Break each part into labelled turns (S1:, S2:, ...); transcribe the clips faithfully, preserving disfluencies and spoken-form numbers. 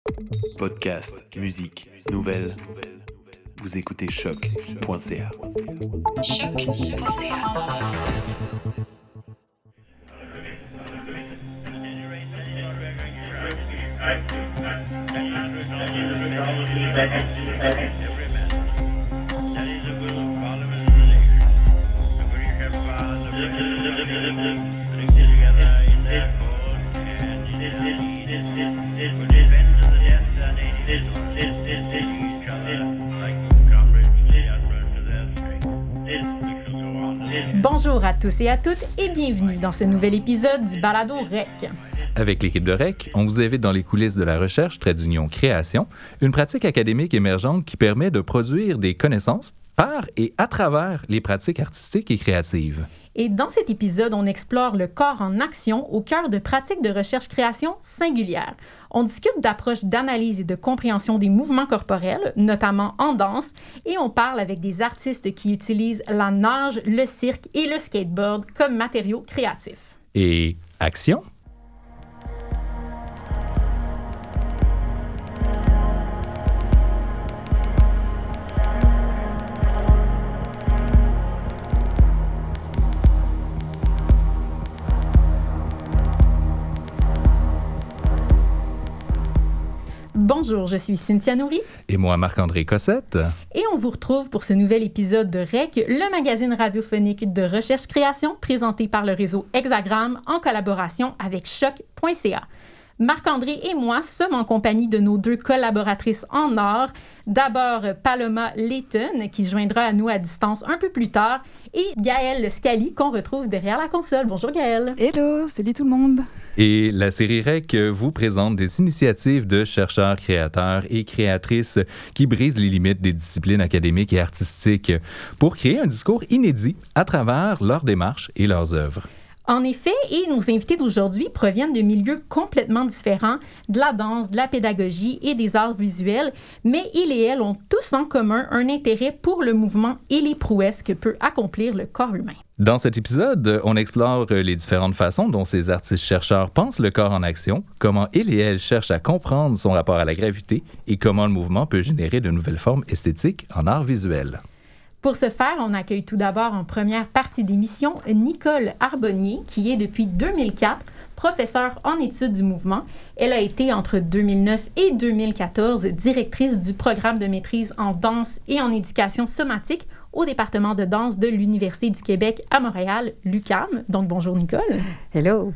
S1: Podcast, musique, nouvelles. Vous écoutez choc point c a.
S2: Bonjour à tous et à toutes et bienvenue dans ce nouvel épisode du Balado R E C.
S3: Avec l'équipe de R E C, on vous invite dans les coulisses de la recherche, trait d'union création, une pratique académique émergente qui permet de produire des connaissances par et à travers les pratiques artistiques et créatives.
S2: Et dans cet épisode, on explore le corps en action au cœur de pratiques de recherche-création singulières. On discute d'approches d'analyse et de compréhension des mouvements corporels, notamment en danse, et on parle avec des artistes qui utilisent la nage, le cirque et le skateboard comme matériaux créatifs.
S3: Et action?
S2: Bonjour, je suis Cynthia Nourry.
S3: Et moi, Marc-André Cossette.
S2: Et on vous retrouve pour ce nouvel épisode de R E C, le magazine radiophonique de recherche-création présenté par le réseau Hexagramme en collaboration avec choc point c a. Marc-André et moi sommes en compagnie de nos deux collaboratrices en or. D'abord, Paloma Layton, qui se joindra à nous à distance un peu plus tard, et Gaëlle Scali, qu'on retrouve derrière la console. Bonjour Gaëlle.
S4: Hello, salut tout le monde.
S3: Et la série R E C vous présente des initiatives de chercheurs, créateurs et créatrices qui brisent les limites des disciplines académiques et artistiques pour créer un discours inédit à travers leurs démarches et leurs œuvres.
S2: En effet, et nos invités d'aujourd'hui proviennent de milieux complètement différents, de la danse, de la pédagogie et des arts visuels, mais ils et elles ont tous en commun un intérêt pour le mouvement et les prouesses que peut accomplir le corps humain.
S3: Dans cet épisode, on explore les différentes façons dont ces artistes-chercheurs pensent le corps en action, comment ils et elles cherchent à comprendre son rapport à la gravité et comment le mouvement peut générer de nouvelles formes esthétiques en art visuel.
S2: Pour ce faire, on accueille tout d'abord en première partie d'émission Nicole Arbonnier, qui est depuis deux mille quatre professeure en études du mouvement. Elle a été entre deux mille neuf et deux mille quatorze directrice du programme de maîtrise en danse et en éducation somatique au département de danse de l'Université du Québec à Montréal, l'U Q A M. Donc, bonjour Nicole.
S4: Hello.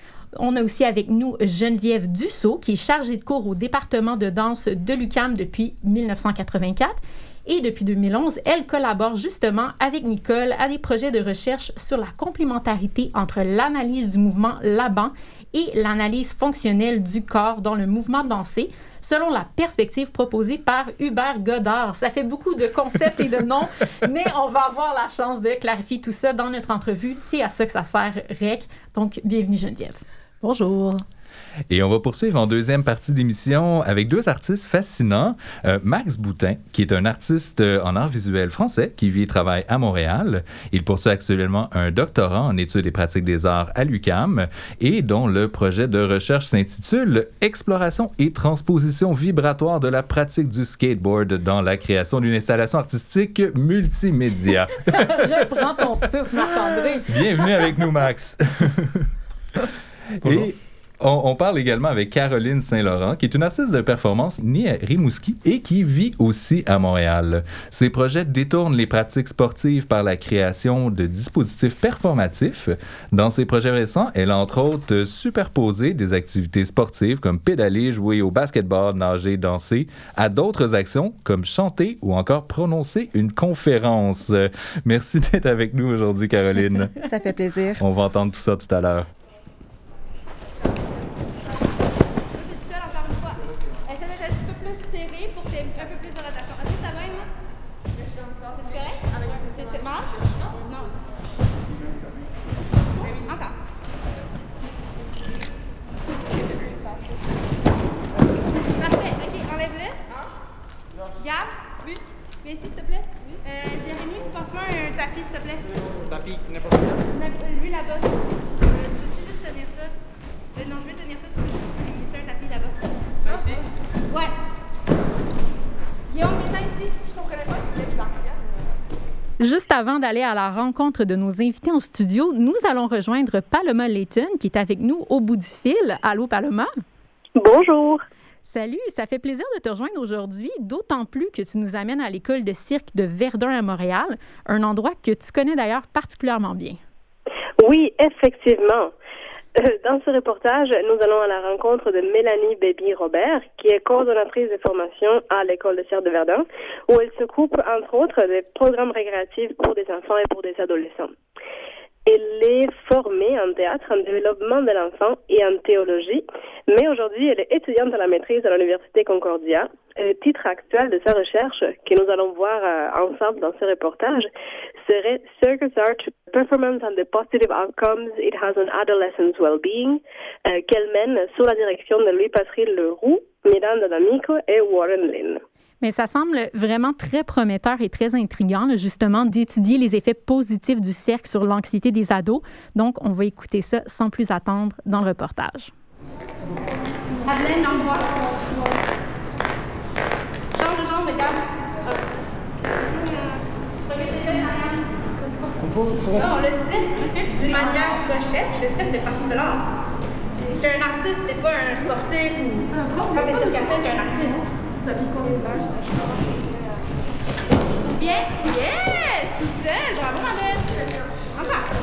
S2: On a aussi avec nous Geneviève Dussault, qui est chargée de cours au département de danse de l'U Q A M depuis dix-neuf cent quatre-vingt-quatre. Et depuis deux mille onze, elle collabore justement avec Nicole à des projets de recherche sur la complémentarité entre l'analyse du mouvement Laban et l'analyse fonctionnelle du corps dans le mouvement dansé, selon la perspective proposée par Hubert Godard. Ça fait beaucoup de concepts et de noms, mais on va avoir la chance de clarifier tout ça dans notre entrevue. C'est à ça que ça sert R E C. Donc, bienvenue Geneviève.
S4: Bonjour.
S3: Et on va poursuivre en deuxième partie d'émission avec deux artistes fascinants. Euh, Max Boutin, qui est un artiste en art visuel français qui vit et travaille à Montréal. Il poursuit actuellement un doctorat en études et pratiques des arts à l'U Q A M et dont le projet de recherche s'intitule « Exploration et transposition vibratoire de la pratique du skateboard dans la création d'une installation artistique multimédia ».
S2: Reprends ton souffle, Marc-André.
S3: Bienvenue avec nous, Max.
S5: Bonjour.
S3: Et On, on parle également avec Caroline Saint-Laurent, qui est une artiste de performance née à Rimouski et qui vit aussi à Montréal. Ses projets détournent les pratiques sportives par la création de dispositifs performatifs. Dans ses projets récents, elle a entre autres superposé des activités sportives comme pédaler, jouer au basketball, nager, danser, à d'autres actions comme chanter ou encore prononcer une conférence. Merci d'être avec nous aujourd'hui, Caroline.
S4: Ça fait plaisir.
S3: On va entendre tout ça tout à l'heure.
S6: Gab? Oui. Viens ici, s'il te plaît. Oui. Euh, Jérémy, passe-moi un tapis, s'il te plaît.
S5: Tapis, n'importe quoi.
S6: Lui là-bas. Euh, tu veux-tu juste tenir ça? Euh, non, je vais tenir ça, tu peux juste glisser un tapis là-bas.
S5: Ça ici?
S6: Ouais. Guillaume, viens ici. Je comprenais pas que tu voulais plus partir.
S2: Juste avant d'aller à la rencontre de nos invités en studio, nous allons rejoindre Paloma Layton qui est avec nous au bout du fil. Allô, Paloma?
S5: Bonjour.
S2: Salut, ça fait plaisir de te rejoindre aujourd'hui, d'autant plus que tu nous amènes à l'école de cirque de Verdun à Montréal, un endroit que tu connais d'ailleurs particulièrement bien.
S5: Oui, effectivement. Dans ce reportage, nous allons à la rencontre de Mélanie Baby-Robert, qui est coordonnatrice de formation à l'école de cirque de Verdun, où elle s'occupe, entre autres, des programmes récréatifs pour des enfants et pour des adolescents. Elle est formée en théâtre, en développement de l'enfant et en théologie, mais aujourd'hui, elle est étudiante à la maîtrise à l'Université Concordia. Le titre actuel de sa recherche, que nous allons voir euh, ensemble dans ce reportage, serait Circus Art Performance and the Positive Outcomes It Has on Adolescents' Well-Being, euh, qu'elle mène sous la direction de Louis-Patrick Leroux, Miranda D'Amico et Warren Lynn.
S2: Mais ça semble vraiment très prometteur et très intriguant, là, justement, d'étudier les effets positifs du cirque sur l'anxiété des ados. Donc, on va écouter ça sans plus attendre dans le reportage.
S6: Adeline, on voit. Change de jambe, regarde. Non, le cirque, d'une manière cochette, le cirque fait partie de l'art. Je suis un artiste, t'es pas un sportif ou. Quand t'es circassienne, t'es un artiste. Bien, yes! Toute seule, bravo ma belle! Encore!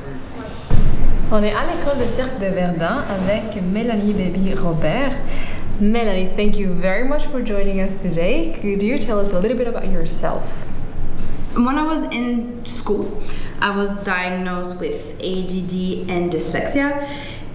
S7: On est à l'école de cirque de Verdun avec Mélanie Baby-Robert. Mélanie, thank you very much for joining us today. Could you tell us a little bit about yourself?
S8: When I was in school, I was diagnosed with A D D and dyslexia.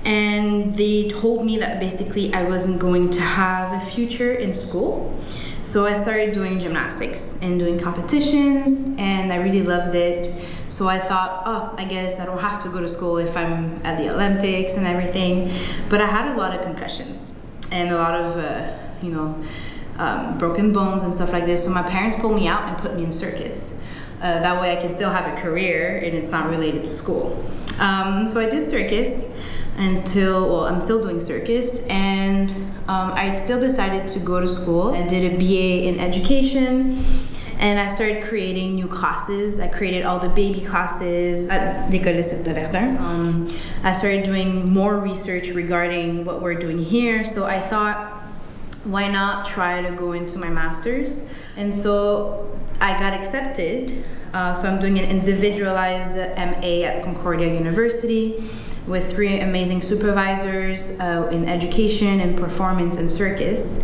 S8: And they told me that basically I wasn't going to have a future in school. So I started doing gymnastics and doing competitions, and I really loved it. So I thought, oh, I guess I don't have to go to school if I'm at the Olympics and everything. But I had a lot of concussions and a lot of, uh, you know, um, broken bones and stuff like this. So my parents pulled me out and put me in circus. Uh, that way I can still have a career and it's not related to school. Um, so I did circus until, well, I'm still doing circus, and um, I still decided to go to school. I did a B A in education, and I started creating new classes. I created all the baby classes at l'École de cirque de Verdun. Um, I started doing more research regarding what we're doing here, so I thought, why not try to go into my master's? And so I got accepted. Uh, so I'm doing an individualized M A at Concordia University with three amazing supervisors uh, in education and performance and circus.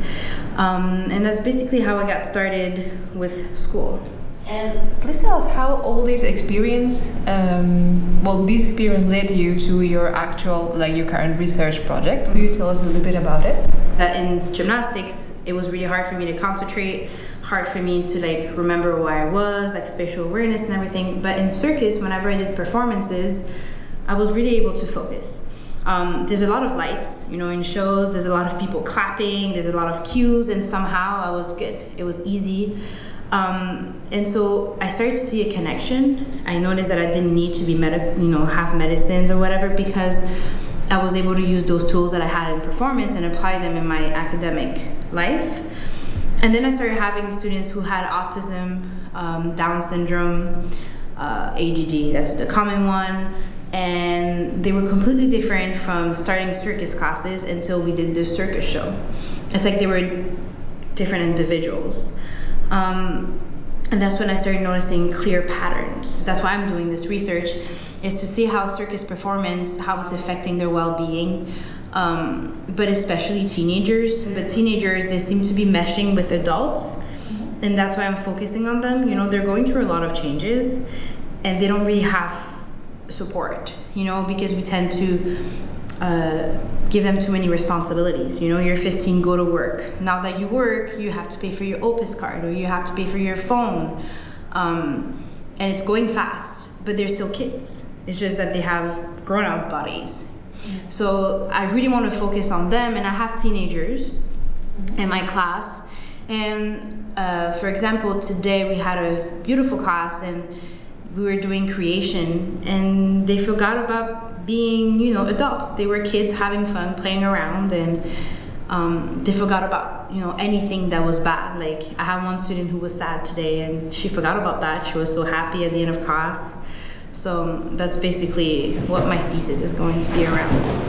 S8: Um, and that's basically how I got started with school.
S7: And please tell us how all this experience, um, well, this experience led you to your actual, like your current research project. Will you tell us a little bit about it?
S8: That in gymnastics, it was really hard for me to concentrate, hard for me to like remember where I was, like spatial awareness and everything. But in circus, whenever I did performances, I was really able to focus. Um, there's a lot of lights, you know, in shows, there's a lot of people clapping, there's a lot of cues, and somehow I was good. It was easy. Um, and so I started to see a connection. I noticed that I didn't need to be, med- you know, have medicines or whatever, because I was able to use those tools that I had in performance and apply them in my academic life. And then I started having students who had autism, um, Down syndrome, uh, A D D, that's the common one. And they were completely different from starting circus classes until we did this circus show. It's like they were different individuals. Um, and that's when I started noticing clear patterns. That's why I'm doing this research, is to see how circus performance, how it's affecting their well-being, um, but especially teenagers. But teenagers, they seem to be meshing with adults, and that's why I'm focusing on them. You know, they're going through a lot of changes, and they don't really have support, you know, because we tend to uh, give them too many responsibilities. You know, you're fifteen, go to work. Now that you work, you have to pay for your Opus card, or you have to pay for your phone. Um, and it's going fast, but they're still kids. It's just that they have grown-up bodies. So I really want to focus on them, and I have teenagers in my class. And uh, for example, today we had a beautiful class, and we were doing creation, and they forgot about being, you know, adults. They were kids having fun, playing around, and um, they forgot about about, you know, anything that was bad. Like, I had one student who was sad today and she forgot about that. She was so happy at the end of class. So that's basically what my thesis is going to be around.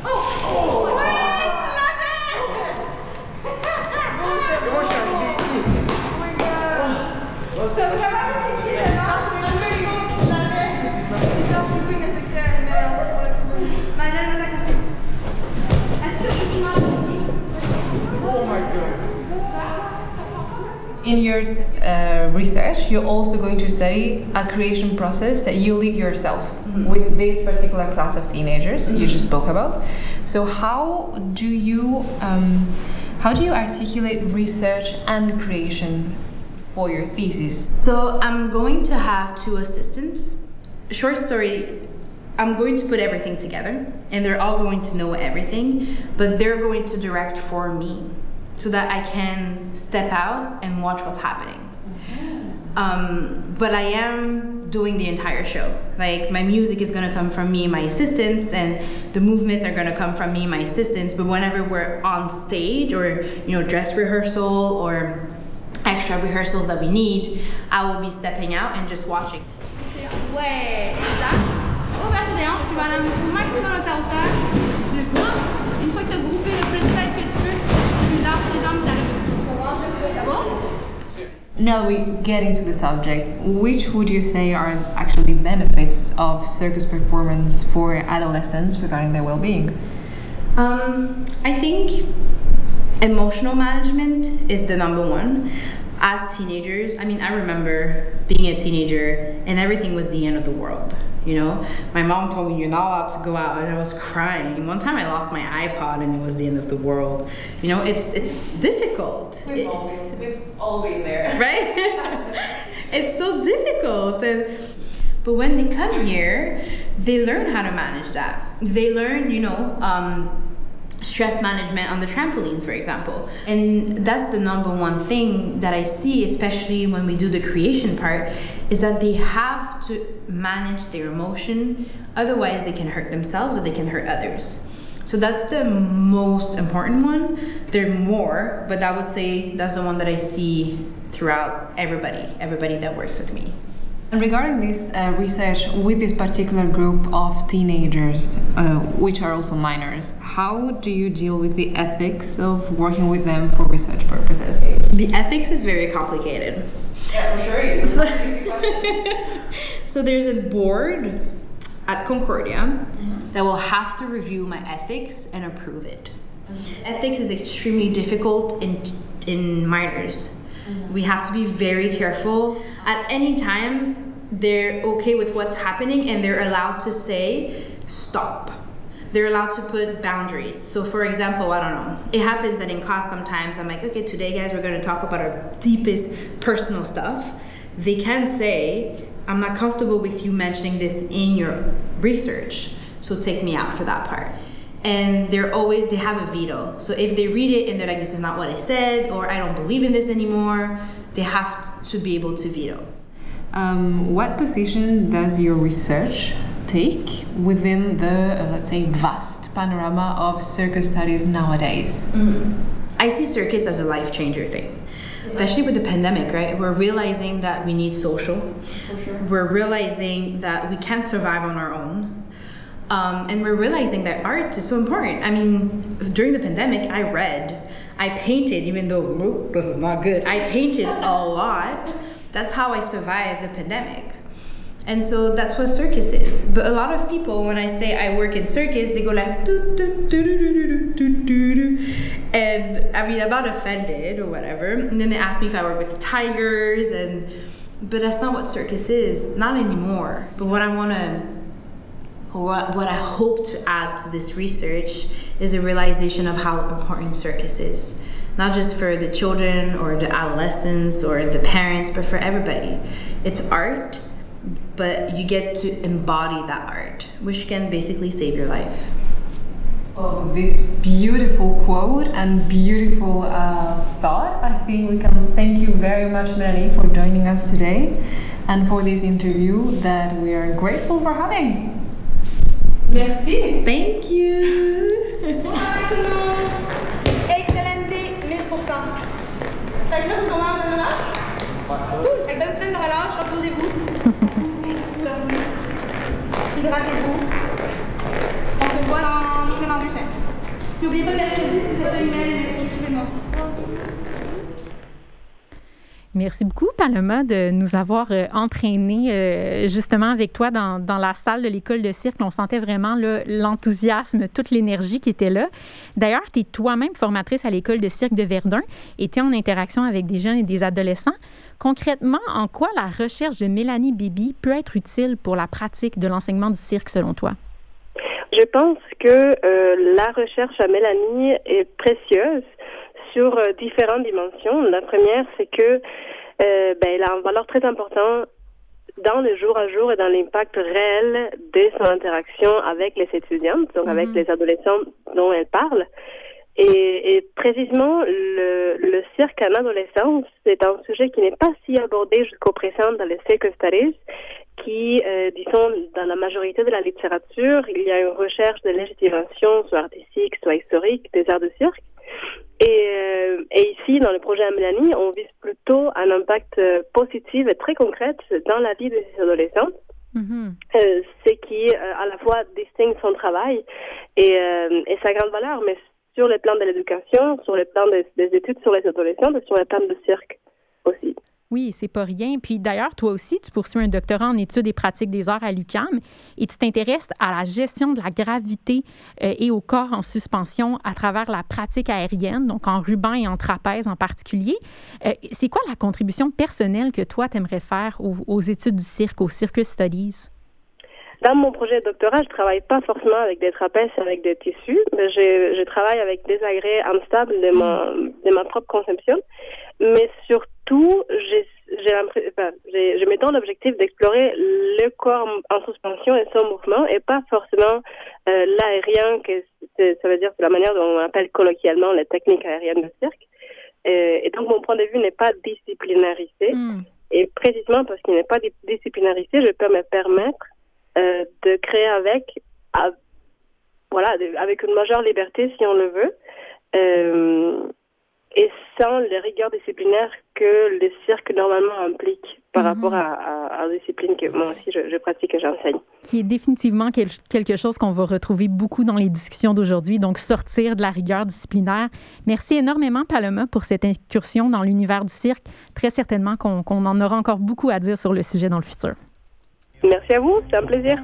S7: In your uh, research, you're also going to study a creation process that you lead yourself mm-hmm. with this particular class of teenagers mm-hmm. you just spoke about. So how do you um, how do you articulate research and creation for your thesis?
S8: So I'm going to have two assistants. Short story, I'm going to put everything together, and they're all going to know everything, but they're going to direct for me, so that I can step out and watch what's happening. Mm-hmm. Um, but I am doing the entire show. Like, my music is gonna come from me and my assistants, and the movements are gonna come from me and my assistants, but whenever we're on stage, or, you know, dress rehearsal, or extra rehearsals that we need, I will be stepping out and just watching.
S6: Ouais, exact. Ouverte les hanches, tu vas aller au maximum de ta hauteur. Tu groupes. Une fois que tu as groupé le plus de tête que tu peux, tu lâches tes jambes, tu
S7: Now we get into the subject. Which would you say are actually benefits of circus performance for adolescents regarding their well-being?
S8: Um, I think emotional management is the number one. As teenagers, I mean, I remember being a teenager and everything was the end of the world. You know, my mom told me you're not allowed to go out, and I was crying. One time I lost my iPod and it was the end of the world. You know, it's it's difficult.
S7: We've,
S8: it,
S7: all, been, we've all been there.
S8: Right? It's so difficult. And, but when they come here, they learn how to manage that. They learn, you know, um, stress management on the trampoline, for example. And that's the number one thing that I see, especially when we do the creation part, is that they have to manage their emotion, otherwise they can hurt themselves or they can hurt others. So that's the most important one. There are more, but I would say that's the one that I see throughout everybody, everybody that works with me.
S7: And regarding this uh, research with this particular group of teenagers, uh, which are also minors, how do you deal with the ethics of working with them for research purposes?
S8: The ethics is very complicated.
S7: Yeah, for sure. It's not an easy question.
S8: So there's a board at Concordia mm-hmm. that will have to review my ethics and approve it. Mm-hmm. Ethics is extremely difficult in in minors. Mm-hmm. We have to be very careful. At any time, they're okay with what's happening and they're allowed to say, stop. They're allowed to put boundaries. So for example, I don't know, it happens that in class sometimes I'm like, okay, today guys, we're gonna talk about our deepest personal stuff. They can say, I'm not comfortable with you mentioning this in your research, so take me out for that part. And they're always, they have a veto. So if they read it and they're like, this is not what I said, or I don't believe in this anymore, they have to be able to veto.
S7: Um, what position does your research take within the, uh, let's say, vast panorama of circus studies nowadays?
S8: Mm-hmm. I see circus as a life changer thing, especially with the pandemic, right? We're realizing that we need social. For sure. We're realizing that we can't survive on our own. Um, and we're realizing that art is so important. I mean, during the pandemic, I read, I painted, even though oh, this is not good, I painted a lot. That's how I survived the pandemic. And so that's what circus is. But a lot of people, when I say I work in circus, they go like, doo, doo, doo, doo, doo, doo, doo, doo. And I mean, I'm not offended or whatever. And then they ask me if I work with tigers, and but that's not what circus is, not anymore. But what I want to, what, what I hope to add to this research is a realization of how important circus is. Not just for the children or the adolescents or the parents, but for everybody. It's art, but you get to embody that art, which can basically save your life.
S7: Well, this beautiful quote and beautiful uh, thought, I think we can thank you very much, Mélanie, for joining us today and for this interview that we are grateful for having. Merci.
S8: Thank you.
S6: Excelente, mille pour cent. Fait que là, vous tombez en zone de relâche. Cool. Fait que bonne semaine de relâche, reposez-vous. Hydratez-vous. On se voit dans, dans deux semaines. N'oubliez pas, mercredi, si vous êtes un email, écrivez-moi.
S2: Merci beaucoup, Paloma, de nous avoir euh, entraînés euh, justement avec toi dans, dans la salle de l'école de cirque. On sentait vraiment là, l'enthousiasme, toute l'énergie qui était là. D'ailleurs, tu es toi-même formatrice à l'école de cirque de Verdun et tu es en interaction avec des jeunes et des adolescents. Concrètement, en quoi la recherche de Mélanie Béby peut être utile pour la pratique de l'enseignement du cirque, selon toi?
S5: Je pense que euh, la recherche à Mélanie est précieuse sur euh, différentes dimensions. La première, c'est que euh, ben, elle a un valeur très importante dans le jour à jour et dans l'impact réel de son interaction avec les étudiantes, donc mm-hmm. avec les adolescents dont elle parle. Et, et précisément, le, le cirque en adolescence, c'est un sujet qui n'est pas si abordé jusqu'au présent dans les cirque studies, qui, euh, disons, dans la majorité de la littérature, il y a une recherche de légitimation, soit artistique, soit historique, des arts de cirque. Et, euh, et ici, dans le projet à Mélanie, on vise plutôt un impact euh, positif et très concret dans la vie de ces adolescents. Mm-hmm. Euh, ce qui, euh, à la fois, distingue son travail et, euh, et sa grande valeur, mais sur le plan de l'éducation, sur le plan des, des études sur les adolescents et sur le plan du cirque aussi.
S2: Oui, c'est pas rien. Puis d'ailleurs, toi aussi, tu poursuis un doctorat en études et pratiques des arts à l'U Q A M et tu t'intéresses à la gestion de la gravité euh, et au corps en suspension à travers la pratique aérienne, donc en ruban et en trapèze en particulier. Euh, c'est quoi la contribution personnelle que toi, tu aimerais faire aux, aux études du cirque, aux Circus Studies?
S5: Dans mon projet de doctorat, je travaille pas forcément avec des trapèzes, avec des tissus, mais je, je travaille avec des agrès instables de ma, de ma propre conception. Mais surtout, j'ai, j'ai enfin, j'ai, je me donne l'objectif d'explorer le corps en suspension et son mouvement, et pas forcément euh, l'aérien, que c'est, ça veut dire c'est la manière dont on appelle colloquialement les techniques aériennes de cirque. Et, et donc, mon point de vue n'est pas disciplinarisé. Mm. Et précisément parce qu'il n'est pas disciplinarisé, je peux me permettre euh, de créer avec, à, voilà, de, avec une majeure liberté, si on le veut. Euh, et sans les rigueurs disciplinaires que le cirque normalement implique par mm-hmm. rapport à, à, à la discipline que moi aussi je, je pratique et j'enseigne.
S2: Qui est définitivement quel, quelque chose qu'on va retrouver beaucoup dans les discussions d'aujourd'hui, donc sortir de la rigueur disciplinaire. Merci énormément, Paloma, pour cette incursion dans l'univers du cirque. Très certainement qu'on, qu'on en aura encore beaucoup à dire sur le sujet dans le futur.
S5: Merci à vous, c'est un plaisir.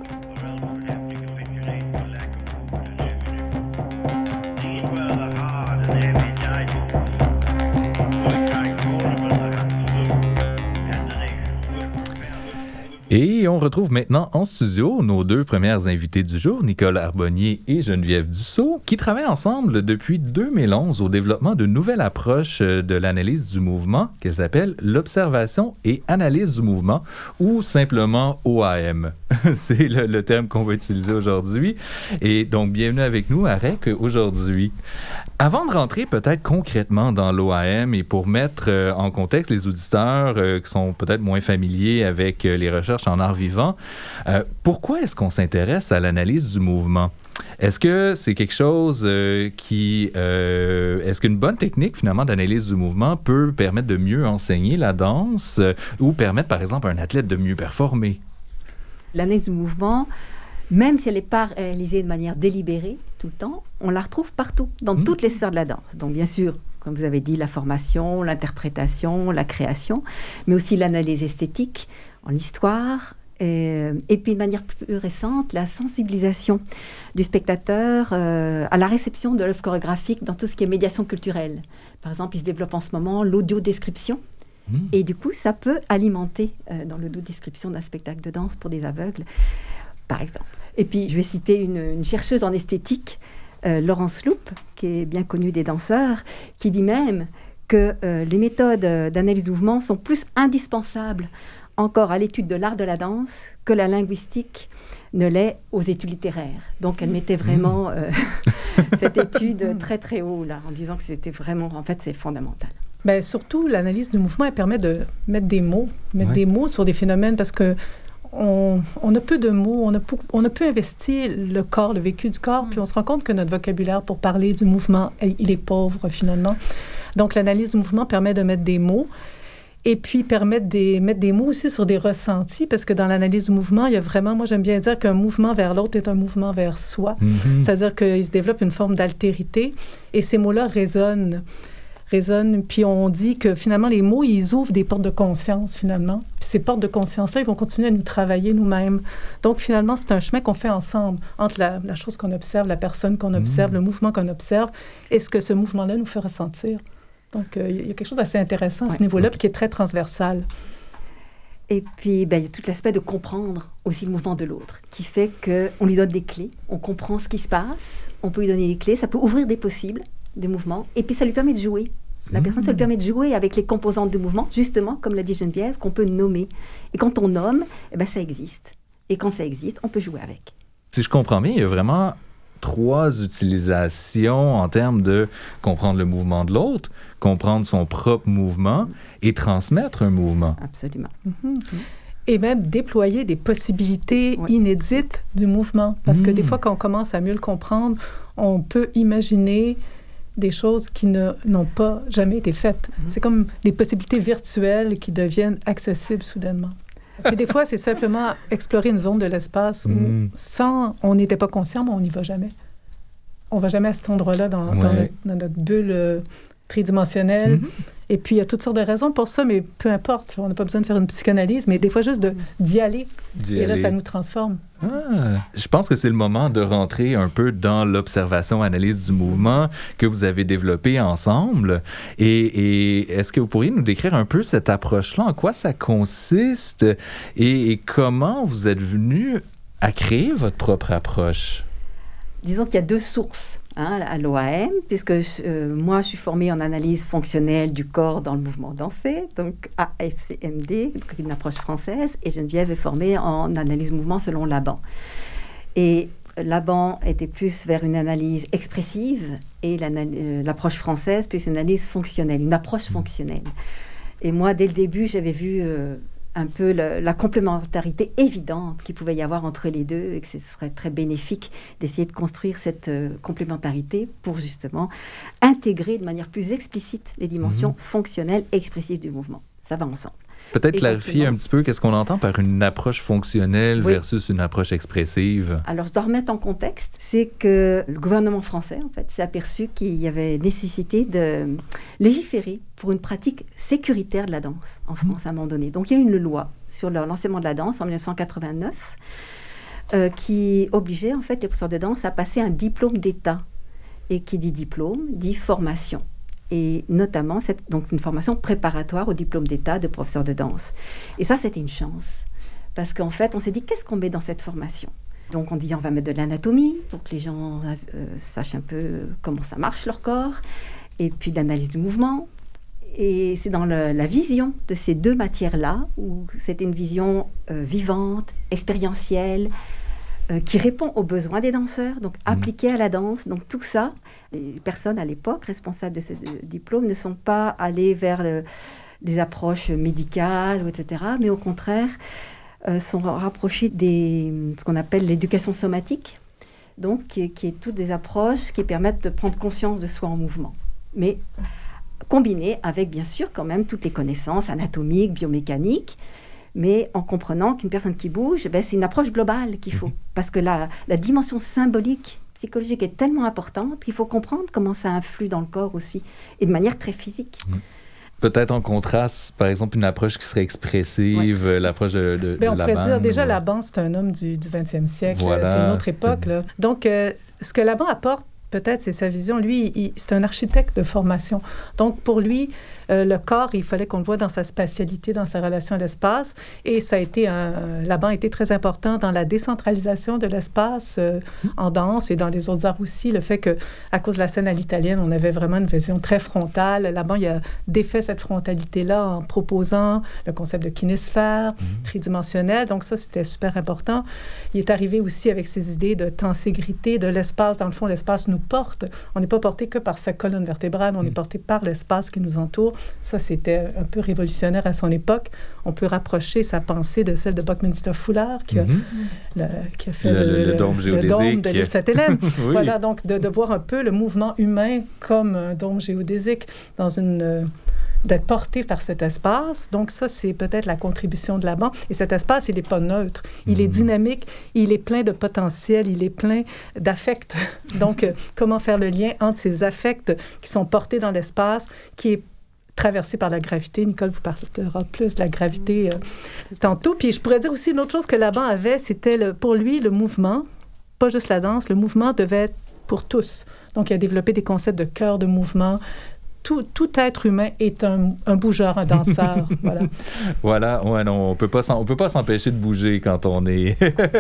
S3: Et on retrouve maintenant en studio nos deux premières invitées du jour, Nicole Arbonnier et Geneviève Dussault, qui travaillent ensemble depuis deux mille onze au développement d'une nouvelle approche de l'analyse du mouvement qu'elles appellent l'observation et analyse du mouvement, ou simplement O A M. C'est le, le terme qu'on va utiliser aujourd'hui. Et donc, bienvenue avec nous à R E C aujourd'hui. Avant de rentrer peut-être concrètement dans l'O A M et pour mettre euh, en contexte les auditeurs euh, qui sont peut-être moins familiers avec euh, les recherches en art vivant, euh, pourquoi est-ce qu'on s'intéresse à l'analyse du mouvement? Est-ce que c'est quelque chose euh, qui... Euh, est-ce qu'une bonne technique, finalement, d'analyse du mouvement peut permettre de mieux enseigner la danse euh, ou permettre, par exemple, à un athlète de mieux performer?
S9: L'analyse du mouvement, même si elle n'est pas réalisée de manière délibérée tout le temps, on la retrouve partout, dans mmh. toutes les sphères de la danse. Donc, bien sûr, comme vous avez dit, la formation, l'interprétation, la création, mais aussi l'analyse esthétique, en histoire, et, et puis de manière plus récente, la sensibilisation du spectateur euh, à la réception de l'œuvre chorégraphique dans tout ce qui est médiation culturelle. Par exemple, il se développe en ce moment l'audio-description, mmh. et du coup, ça peut alimenter euh, dans l'audio-description d'un spectacle de danse pour des aveugles, par exemple. Et puis, je vais citer une, une chercheuse en esthétique, euh, Laurence Loup, qui est bien connue des danseurs, qui dit même que euh, les méthodes d'analyse du mouvement sont plus indispensables encore à l'étude de l'art de la danse que la linguistique ne l'est aux études littéraires. Donc, elle mettait vraiment euh, cette étude très, très haut, là, en disant que c'était vraiment, en fait, c'est fondamental.
S10: Bien, surtout, l'analyse du mouvement, elle permet de mettre des mots, mettre ouais. des mots sur des phénomènes, parce que On, on a peu de mots, on a, peu, on a peu investi le corps, le vécu du corps, mm. puis on se rend compte que notre vocabulaire pour parler du mouvement, il est pauvre finalement. Donc, l'analyse du mouvement permet de mettre des mots et puis permettre des, mettre des mots aussi sur des ressentis, parce que dans l'analyse du mouvement, il y a vraiment, moi j'aime bien dire qu'un mouvement vers l'autre est un mouvement vers soi. Mm-hmm. C'est-à-dire qu'il se développe une forme d'altérité et ces mots-là résonnent. résonnent. Puis on dit que finalement, les mots, ils ouvrent des portes de conscience, finalement. Puis ces portes de conscience-là, ils vont continuer à nous travailler nous-mêmes. Donc finalement, c'est un chemin qu'on fait ensemble, entre la, la chose qu'on observe, la personne qu'on observe, mmh. le mouvement qu'on observe, et ce que ce mouvement-là nous fait ressentir. Donc, euh, il y a quelque chose d'assez intéressant à ouais. ce niveau-là, puis qui est très transversal.
S9: Et puis, ben, il y a tout l'aspect de comprendre aussi le mouvement de l'autre, qui fait qu'on lui donne des clés, on comprend ce qui se passe, on peut lui donner des clés, ça peut ouvrir des possibles, des mouvements, et puis ça lui permet de jouer. La mmh. personne, ça lui permet de jouer avec les composantes du mouvement, justement, comme l'a dit Geneviève, qu'on peut nommer. Et quand on nomme, eh ben, ça existe. Et quand ça existe, on peut jouer avec.
S3: Si je comprends bien, il y a vraiment trois utilisations en termes de comprendre le mouvement de l'autre, comprendre son propre mouvement et transmettre un mouvement.
S9: Absolument.
S10: Mm-hmm. Et même déployer des possibilités oui. inédites du mouvement. Parce mmh. que des fois, quand on commence à mieux le comprendre, on peut imaginer des choses qui ne, n'ont pas jamais été faites. Mmh. C'est comme des possibilités virtuelles qui deviennent accessibles soudainement. Et des fois, c'est simplement explorer une zone de l'espace où, mmh. sans, on n'était pas conscient, mais on n'y va jamais. On ne va jamais à cet endroit-là dans, ouais. dans, notre, dans notre bulle euh, tridimensionnelle. Mmh. Et puis, il y a toutes sortes de raisons pour ça, mais peu importe. On n'a pas besoin de faire une psychanalyse, mais des fois, juste de, d'y aller. D'y et aller. Là, ça nous transforme.
S3: Ah, je pense que c'est le moment de rentrer un peu dans l'observation-analyse du mouvement que vous avez développé ensemble. Et, et est-ce que vous pourriez nous décrire un peu cette approche-là? En quoi ça consiste? Et, et comment vous êtes venu à créer votre propre approche?
S9: Disons qu'il y a deux sources hein, à l'O A M, puisque euh, moi, je suis formée en analyse fonctionnelle du corps dans le mouvement dansé, donc A F C M D, donc une approche française, et Geneviève est formée en analyse mouvement selon Laban. Et Laban était plus vers une analyse expressive, et euh, l'approche française plus une analyse fonctionnelle, une approche fonctionnelle. Et moi, dès le début, j'avais vu... Euh, un peu le, la complémentarité évidente qu'il pouvait y avoir entre les deux et que ce serait très bénéfique d'essayer de construire cette euh, complémentarité pour justement intégrer de manière plus explicite les dimensions mmh. fonctionnelles et expressives du mouvement. Ça va ensemble.
S3: Peut-être clarifier un petit peu qu'est-ce qu'on entend par une approche fonctionnelle oui. versus une approche expressive.
S9: Alors, je dois remettre en contexte, c'est que le gouvernement français, en fait, s'est aperçu qu'il y avait nécessité de légiférer pour une pratique sécuritaire de la danse en France mmh. à un moment donné. Donc, il y a eu une loi sur l'enseignement de la danse en dix-neuf cent quatre-vingt-neuf euh, qui obligeait, en fait, les professeurs de danse à passer un diplôme d'État. Et qui dit diplôme, dit formation. Et notamment, c'est donc une formation préparatoire au diplôme d'État de professeur de danse. Et ça, c'était une chance. Parce qu'en fait, on s'est dit, qu'est-ce qu'on met dans cette formation? Donc, on dit, on va mettre de l'anatomie pour que les gens euh, sachent un peu comment ça marche, leur corps. Et puis, de l'analyse du mouvement. Et c'est dans le, la vision de ces deux matières-là, où c'était une vision euh, vivante, expérientielle, euh, qui répond aux besoins des danseurs, donc appliquée à la danse. Donc, tout ça... Les personnes à l'époque responsables de ce de, diplôme ne sont pas allées vers le, des approches médicales, et cetera, mais au contraire euh, sont rapprochées des ce qu'on appelle l'éducation somatique, donc qui est, qui est toutes des approches qui permettent de prendre conscience de soi en mouvement, mais combinées avec bien sûr quand même toutes les connaissances anatomiques, biomécaniques, mais en comprenant qu'une personne qui bouge, ben, c'est une approche globale qu'il faut, parce que la, la dimension symbolique psychologique est tellement importante qu'il faut comprendre comment ça influe dans le corps aussi, et de manière très physique. Mmh.
S3: Peut-être en contraste, par exemple, une approche qui serait expressive, ouais. l'approche de, de,
S10: Bien,
S3: de
S10: on
S3: Laban.
S10: On pourrait dire, déjà, ou... Laban, c'est un homme du, du vingtième siècle, voilà. C'est une autre époque. Là. Donc, euh, ce que Laban apporte, peut-être, c'est sa vision. Lui, il, c'est un architecte de formation. Donc, pour lui, euh, le corps, il fallait qu'on le voit dans sa spatialité, dans sa relation à l'espace. Et ça a été un... Laban a été très important dans la décentralisation de l'espace euh, en danse et dans les autres arts aussi. Le fait qu'à cause de la scène à l'italienne, on avait vraiment une vision très frontale. Laban, il a défait cette frontalité-là en proposant le concept de kinésphère, mmh. tridimensionnel. Donc, ça, c'était super important. Il est arrivé aussi avec ses idées de tenségrité de l'espace. Dans le fond, l'espace nous porte. On n'est pas porté que par sa colonne vertébrale, on mmh. est porté par l'espace qui nous entoure. Ça, c'était un peu révolutionnaire à son époque. On peut rapprocher sa pensée de celle de Buckminster Fuller, qui a, mmh. le, qui a fait
S3: le, le, le, le dôme géodésique.
S10: Le dôme de l'île Sainte-Hélène. Oui. Voilà, donc de, de voir un peu le mouvement humain comme un dôme géodésique dans une... d'être porté par cet espace. Donc ça, c'est peut-être la contribution de Laban. Et cet espace, il n'est pas neutre. Il mmh. est dynamique, il est plein de potentiel, il est plein d'affects. Donc, euh, comment faire le lien entre ces affects qui sont portés dans l'espace, qui est traversé par la gravité. Nicole vous parlera plus de la gravité euh, tantôt. Puis je pourrais dire aussi une autre chose que Laban avait, c'était le, pour lui, le mouvement, pas juste la danse, le mouvement devait être pour tous. Donc, il a développé des concepts de cœur de mouvement. Tout, tout être humain est un, un bougeur, un danseur. Voilà.
S3: Voilà. Ouais, non, on peut pas on peut pas s'empêcher de bouger quand on est...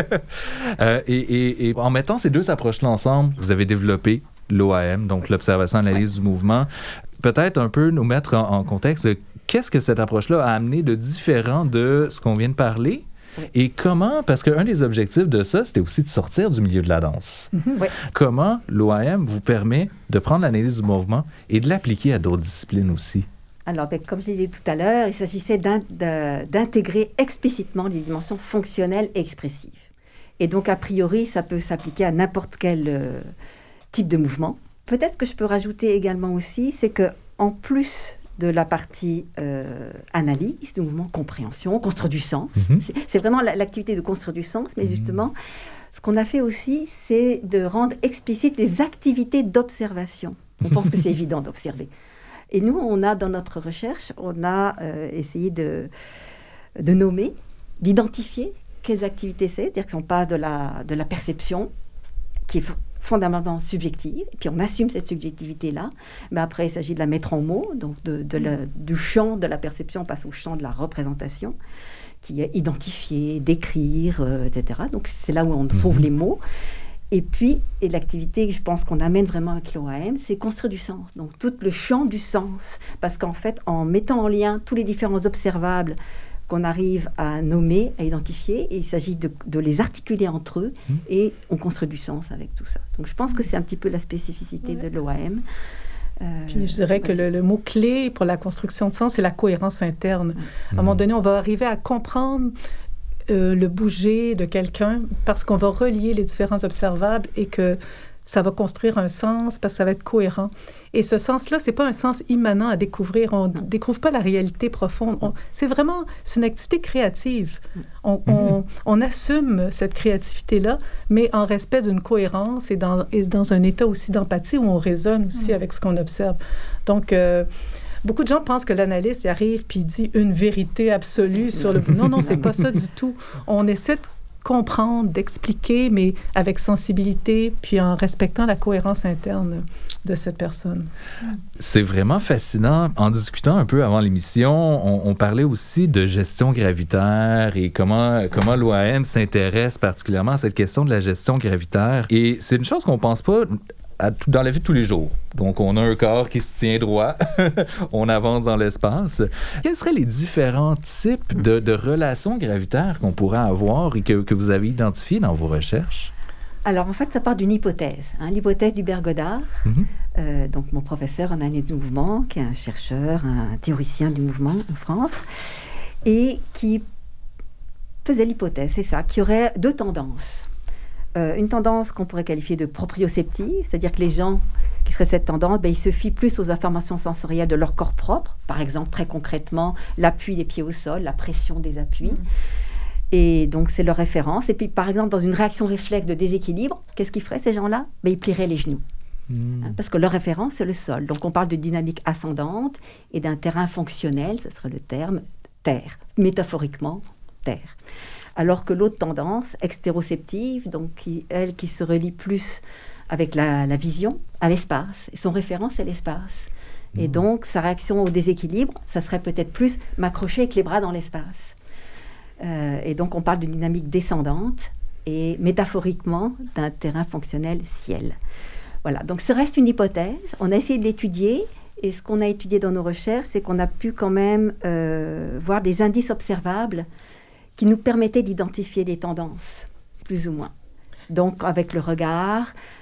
S3: euh, et, et, et en mettant ces deux approches-là ensemble, vous avez développé l'O A M, donc l'observation et l'analyse ouais. du mouvement. Peut-être un peu nous mettre en, en contexte de qu'est-ce que cette approche-là a amené de différent de ce qu'on vient de parler. Oui. Et comment, parce qu'un des objectifs de ça, c'était aussi de sortir du milieu de la danse. Mm-hmm. Oui. Comment l'O A M vous permet de prendre l'analyse du mouvement et de l'appliquer à d'autres disciplines aussi?
S9: Alors, ben, comme je l'ai dit tout à l'heure, il s'agissait d'in- de, d'intégrer explicitement les dimensions fonctionnelles et expressives. Et donc, a priori, ça peut s'appliquer à n'importe quel euh, type de mouvement. Peut-être que je peux rajouter également aussi, c'est qu'en plus de la partie euh, analyse du mouvement, compréhension, construire du sens. Mm-hmm. C'est, c'est vraiment la, l'activité de construire du sens, mais mm-hmm. justement, ce qu'on a fait aussi, c'est de rendre explicites les activités d'observation. On pense que c'est évident d'observer. Et nous, on a, dans notre recherche, on a euh, essayé de, de nommer, d'identifier quelles activités c'est, c'est-à-dire qu'on passe de la, de la perception, qui est fondamentalement subjective, et puis on assume cette subjectivité-là, mais après il s'agit de la mettre en mots, donc de, de la, du champ de la perception, on passe au champ de la représentation, qui est identifier, décrire, euh, et cetera. Donc c'est là où on trouve mmh. les mots. Et puis, et l'activité que je pense qu'on amène vraiment avec l'O A M, c'est construire du sens, donc tout le champ du sens, parce qu'en fait, en mettant en lien tous les différents observables qu'on arrive à nommer, à identifier, et il s'agit de, de les articuler entre eux, mmh. et on construit du sens avec tout ça. Donc je pense que c'est un petit peu la spécificité ouais. de l'O A M. Euh,
S10: Puis je dirais que le, le mot-clé pour la construction de sens, c'est la cohérence interne. Mmh. À un moment donné, on va arriver à comprendre euh, le bouger de quelqu'un parce qu'on va relier les différents observables et que ça va construire un sens parce que ça va être cohérent. Et ce sens-là, c'est pas un sens immanent à découvrir. On ne d- découvre pas la réalité profonde. On, c'est vraiment, c'est une activité créative. On, mm-hmm. on, on assume cette créativité-là, mais en respect d'une cohérence et dans, et dans un état aussi d'empathie où on résonne aussi mm-hmm. avec ce qu'on observe. Donc, euh, beaucoup de gens pensent que l'analyste arrive puis dit une vérité absolue sur le... Non, non, c'est pas ça du tout. On essaie de comprendre, d'expliquer, mais avec sensibilité, puis en respectant la cohérence interne de cette personne.
S3: C'est vraiment fascinant. En discutant un peu avant l'émission, on, on parlait aussi de gestion gravitaire et comment, comment l'O A M s'intéresse particulièrement à cette question de la gestion gravitaire. Et c'est une chose qu'on pense pas à tout, dans la vie de tous les jours. Donc, on a un corps qui se tient droit, on avance dans l'espace. Quels seraient les différents types de, de relations gravitaires qu'on pourrait avoir et que, que vous avez identifiés dans vos recherches?
S9: Alors, en fait, ça part d'une hypothèse, hein, l'hypothèse d'Hubert Godard, mm-hmm. euh, donc mon professeur en année du mouvement, qui est un chercheur, un théoricien du mouvement en France, et qui faisait l'hypothèse, c'est ça, qu'il y aurait deux tendances. Euh, une tendance qu'on pourrait qualifier de proprioceptive, c'est-à-dire que les gens qui seraient cette tendance, ben, ils se fient plus aux informations sensorielles de leur corps propre, par exemple, très concrètement, l'appui des pieds au sol, la pression des appuis. Mmh. Et donc, c'est leur référence. Et puis, par exemple, dans une réaction réflexe de déséquilibre, qu'est-ce qu'ils feraient, ces gens-là? Ben, ils plieraient les genoux. Mmh. Hein, parce que leur référence, c'est le sol. Donc, on parle de dynamique ascendante et d'un terrain fonctionnel, ce serait le terme terre, métaphoriquement, terre. Alors que l'autre tendance, extéroceptive, donc qui, elle qui se relie plus avec la, la vision, à l'espace. Et son référent, c'est l'espace. Mmh. Et donc, sa réaction au déséquilibre, ça serait peut-être plus m'accrocher avec les bras dans l'espace. Euh, et donc, on parle d'une dynamique descendante et métaphoriquement d'un terrain fonctionnel ciel. Voilà, donc ça reste une hypothèse. On a essayé de l'étudier. Et ce qu'on a étudié dans nos recherches, c'est qu'on a pu quand même euh, voir des indices observables qui nous permettait d'identifier les tendances, plus ou moins. Donc, avec le regard,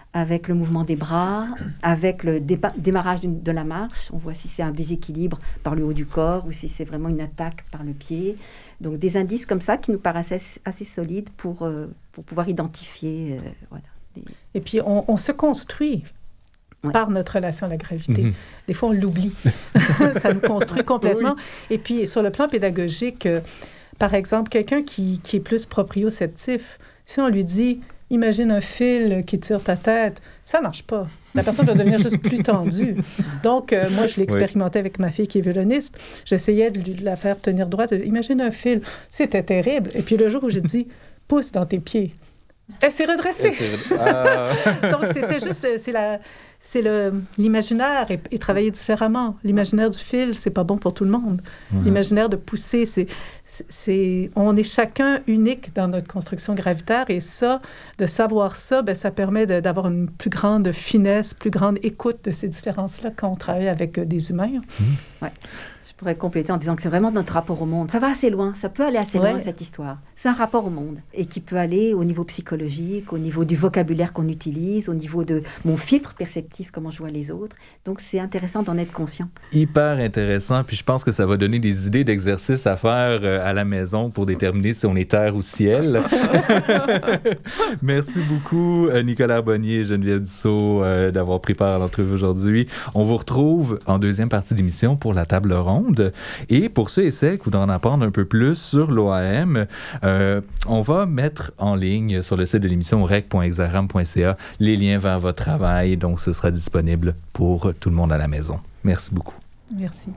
S9: avec le mouvement des bras, avec le dépa- démarrage d'une- de la marche. On voit si c'est un déséquilibre par le haut du corps ou si c'est vraiment une attaque par le pied. Donc des indices comme ça qui nous paraissent assez, assez solides pour, euh, pour pouvoir identifier. Euh, voilà, les...
S10: Et puis on, on se construit ouais. par notre relation à la gravité. Mm-hmm. Des fois on l'oublie. Ça nous construit complètement. Oui. Et puis sur le plan pédagogique, euh, par exemple, quelqu'un qui, qui est plus proprioceptif, si on lui dit « imagine un fil qui tire ta tête », ça ne marche pas. La personne va devenir juste plus tendue. Donc, euh, moi, je l'ai expérimenté oui. avec ma fille qui est violoniste. J'essayais de, lui, de la faire tenir droite. Imagine un fil. C'était terrible. Et puis, le jour où j'ai dit « pousse dans tes pieds », elle s'est redressée. Ah. Donc, c'était juste... C'est la... C'est le, l'imaginaire et, et travailler différemment. L'imaginaire du fil, c'est pas bon pour tout le monde. Mmh. L'imaginaire de pousser, c'est, c'est, c'est... On est chacun unique dans notre construction gravitaire et ça, de savoir ça, ben, ça permet de, d'avoir une plus grande finesse, plus grande écoute de ces différences-là quand on travaille avec euh, des humains.
S9: Mmh. Ouais. Je pourrais compléter en disant que c'est vraiment notre rapport au monde. Ça va assez loin, ça peut aller assez ouais. loin, cette histoire. C'est un rapport au monde et qui peut aller au niveau psychologique, au niveau du vocabulaire qu'on utilise, au niveau de mon filtre perceptif, comment je vois les autres. Donc, c'est intéressant d'en être conscient.
S3: Hyper intéressant. Puis je pense que ça va donner des idées d'exercices à faire euh, à la maison pour déterminer si on est terre ou ciel. Merci beaucoup, euh, Nicolas Bonnier et Geneviève Dussault, euh, d'avoir pris part à l'entrevue aujourd'hui. On vous retrouve en deuxième partie d'émission pour la table ronde. Et pour ceux et celles qui voudraient en apprendre un peu plus sur l'O A M, euh, on va mettre en ligne sur le site de l'émission rec point exaram point c a les liens vers votre travail. Donc, ce sera disponible pour tout le monde à la maison. Merci beaucoup.
S10: Merci.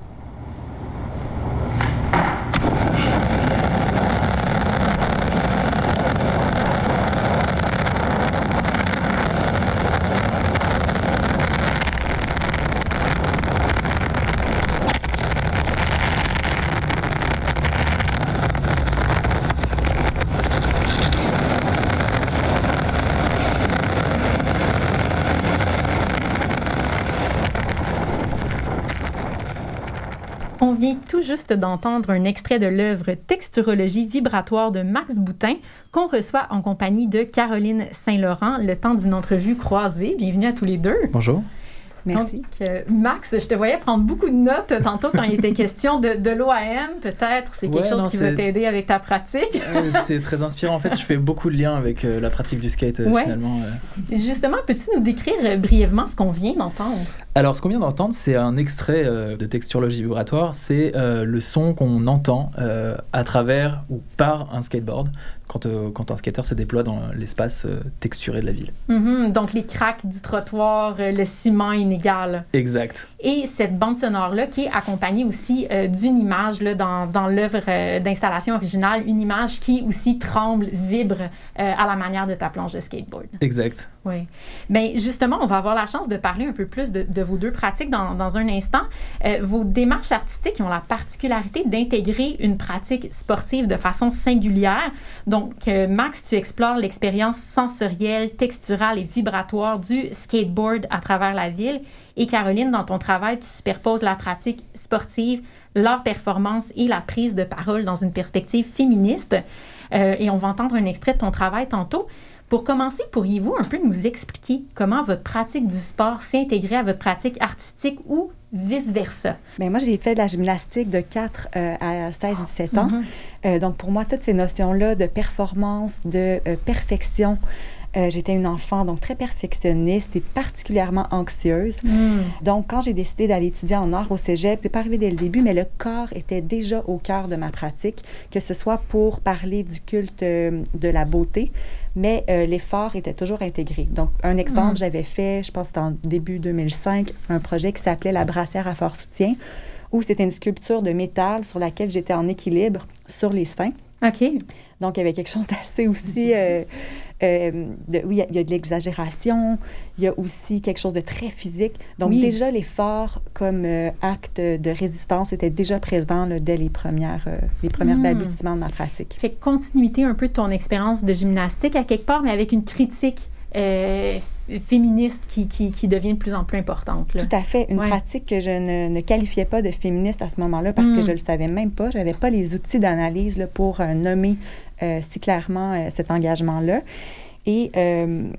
S2: On vient tout juste d'entendre un extrait de l'œuvre Texturologie vibratoire de Max Boutin qu'on reçoit en compagnie de Caroline Saint-Laurent le temps d'une entrevue croisée. Bienvenue à tous les deux.
S11: Bonjour.
S9: Merci.
S2: Donc, euh, Max, je te voyais prendre beaucoup de notes tantôt quand il était question de, de l'O A M. Peut-être c'est quelque ouais, chose non, qui c'est... va t'aider avec ta pratique.
S11: euh, c'est très inspirant. En fait, je fais beaucoup de liens avec euh, la pratique du skate, euh, ouais. finalement. Euh...
S2: Justement, peux-tu nous décrire euh, brièvement ce qu'on vient d'entendre?
S11: Alors, ce qu'on vient d'entendre, c'est un extrait euh, de Texturologie vibratoire. C'est euh, le son qu'on entend euh, à travers ou par un skateboard quand, euh, quand un skater se déploie dans l'espace euh, texturé de la ville.
S2: Mm-hmm. Donc, les craques du trottoir, euh, le ciment inégal.
S11: Exact.
S2: Et cette bande sonore-là qui est accompagnée aussi euh, d'une image là, dans, dans l'œuvre euh, d'installation originale, une image qui aussi tremble, vibre euh, à la manière de ta planche de skateboard.
S11: Exact.
S2: Oui. Bien, justement, on va avoir la chance de parler un peu plus de, de vos deux pratiques dans, dans un instant. Euh, vos démarches artistiques ont la particularité d'intégrer une pratique sportive de façon singulière. Donc, euh, Max, tu explores l'expérience sensorielle, texturale et vibratoire du skateboard à travers la ville. Et Caroline, dans ton travail, tu superposes la pratique sportive, leur performance et la prise de parole dans une perspective féministe. Euh, et on va entendre un extrait de ton travail tantôt. Pour commencer, pourriez-vous un peu nous expliquer comment votre pratique du sport s'est intégrée à votre pratique artistique ou vice-versa?
S12: Bien, moi, j'ai fait de la gymnastique de quatre euh, à seize à dix-sept ans. Mm-hmm. Euh, donc, pour moi, toutes ces notions-là de performance, de euh, perfection, Euh, j'étais une enfant donc très perfectionniste et particulièrement anxieuse. Mm. Donc, quand j'ai décidé d'aller étudier en art au cégep, c'est pas arrivé dès le début, mais le corps était déjà au cœur de ma pratique, que ce soit pour parler du culte euh, de la beauté, mais euh, l'effort était toujours intégré. Donc, un exemple, mm. j'avais fait, je pense que c'était en début deux mille cinq, un projet qui s'appelait La brassière à fort soutien, où c'était une sculpture de métal sur laquelle j'étais en équilibre sur les seins.
S2: OK.
S12: Donc, il y avait quelque chose d'assez aussi... Euh, euh, de, oui, il y, y a de l'exagération, il y a aussi quelque chose de très physique. Donc, oui. déjà, l'effort comme euh, acte de résistance était déjà présent là, dès les premières, euh, les premières mmh. balbutiements de ma pratique.
S2: Fait continuité un peu de ton expérience de gymnastique à quelque part, mais avec une critique Euh, f- féministe qui, qui, qui devient de plus en plus importante. Là.
S12: Tout à fait. Une ouais. pratique que je ne, ne qualifiais pas de féministe à ce moment-là parce mm. que je ne le savais même pas. Je n'avais pas les outils d'analyse là, pour euh, nommer euh, si clairement euh, cet engagement-là. Et euh, puis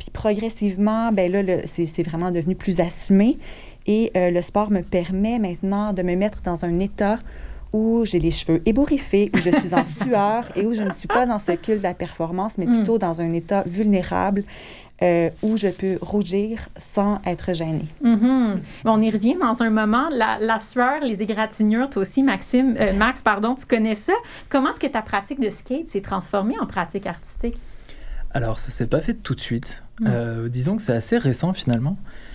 S12: Puis progressivement, ben là, le, c'est, c'est vraiment devenu plus assumé. Et euh, le sport me permet maintenant de me mettre dans un état où j'ai les cheveux ébouriffés, où je suis en sueur et où je ne suis pas dans ce culte de la performance, mais plutôt mm. dans un état vulnérable euh, où je peux rougir sans être gênée.
S2: Mm-hmm. On y revient dans un moment. La, la sueur, les égratignures, toi aussi, Maxime, euh, Max, pardon, tu connais ça. Comment est-ce que ta pratique de skate s'est transformée en pratique artistique?
S11: Alors, ça ne s'est pas fait tout de suite. Mm. Euh, disons que c'est assez récent, finalement.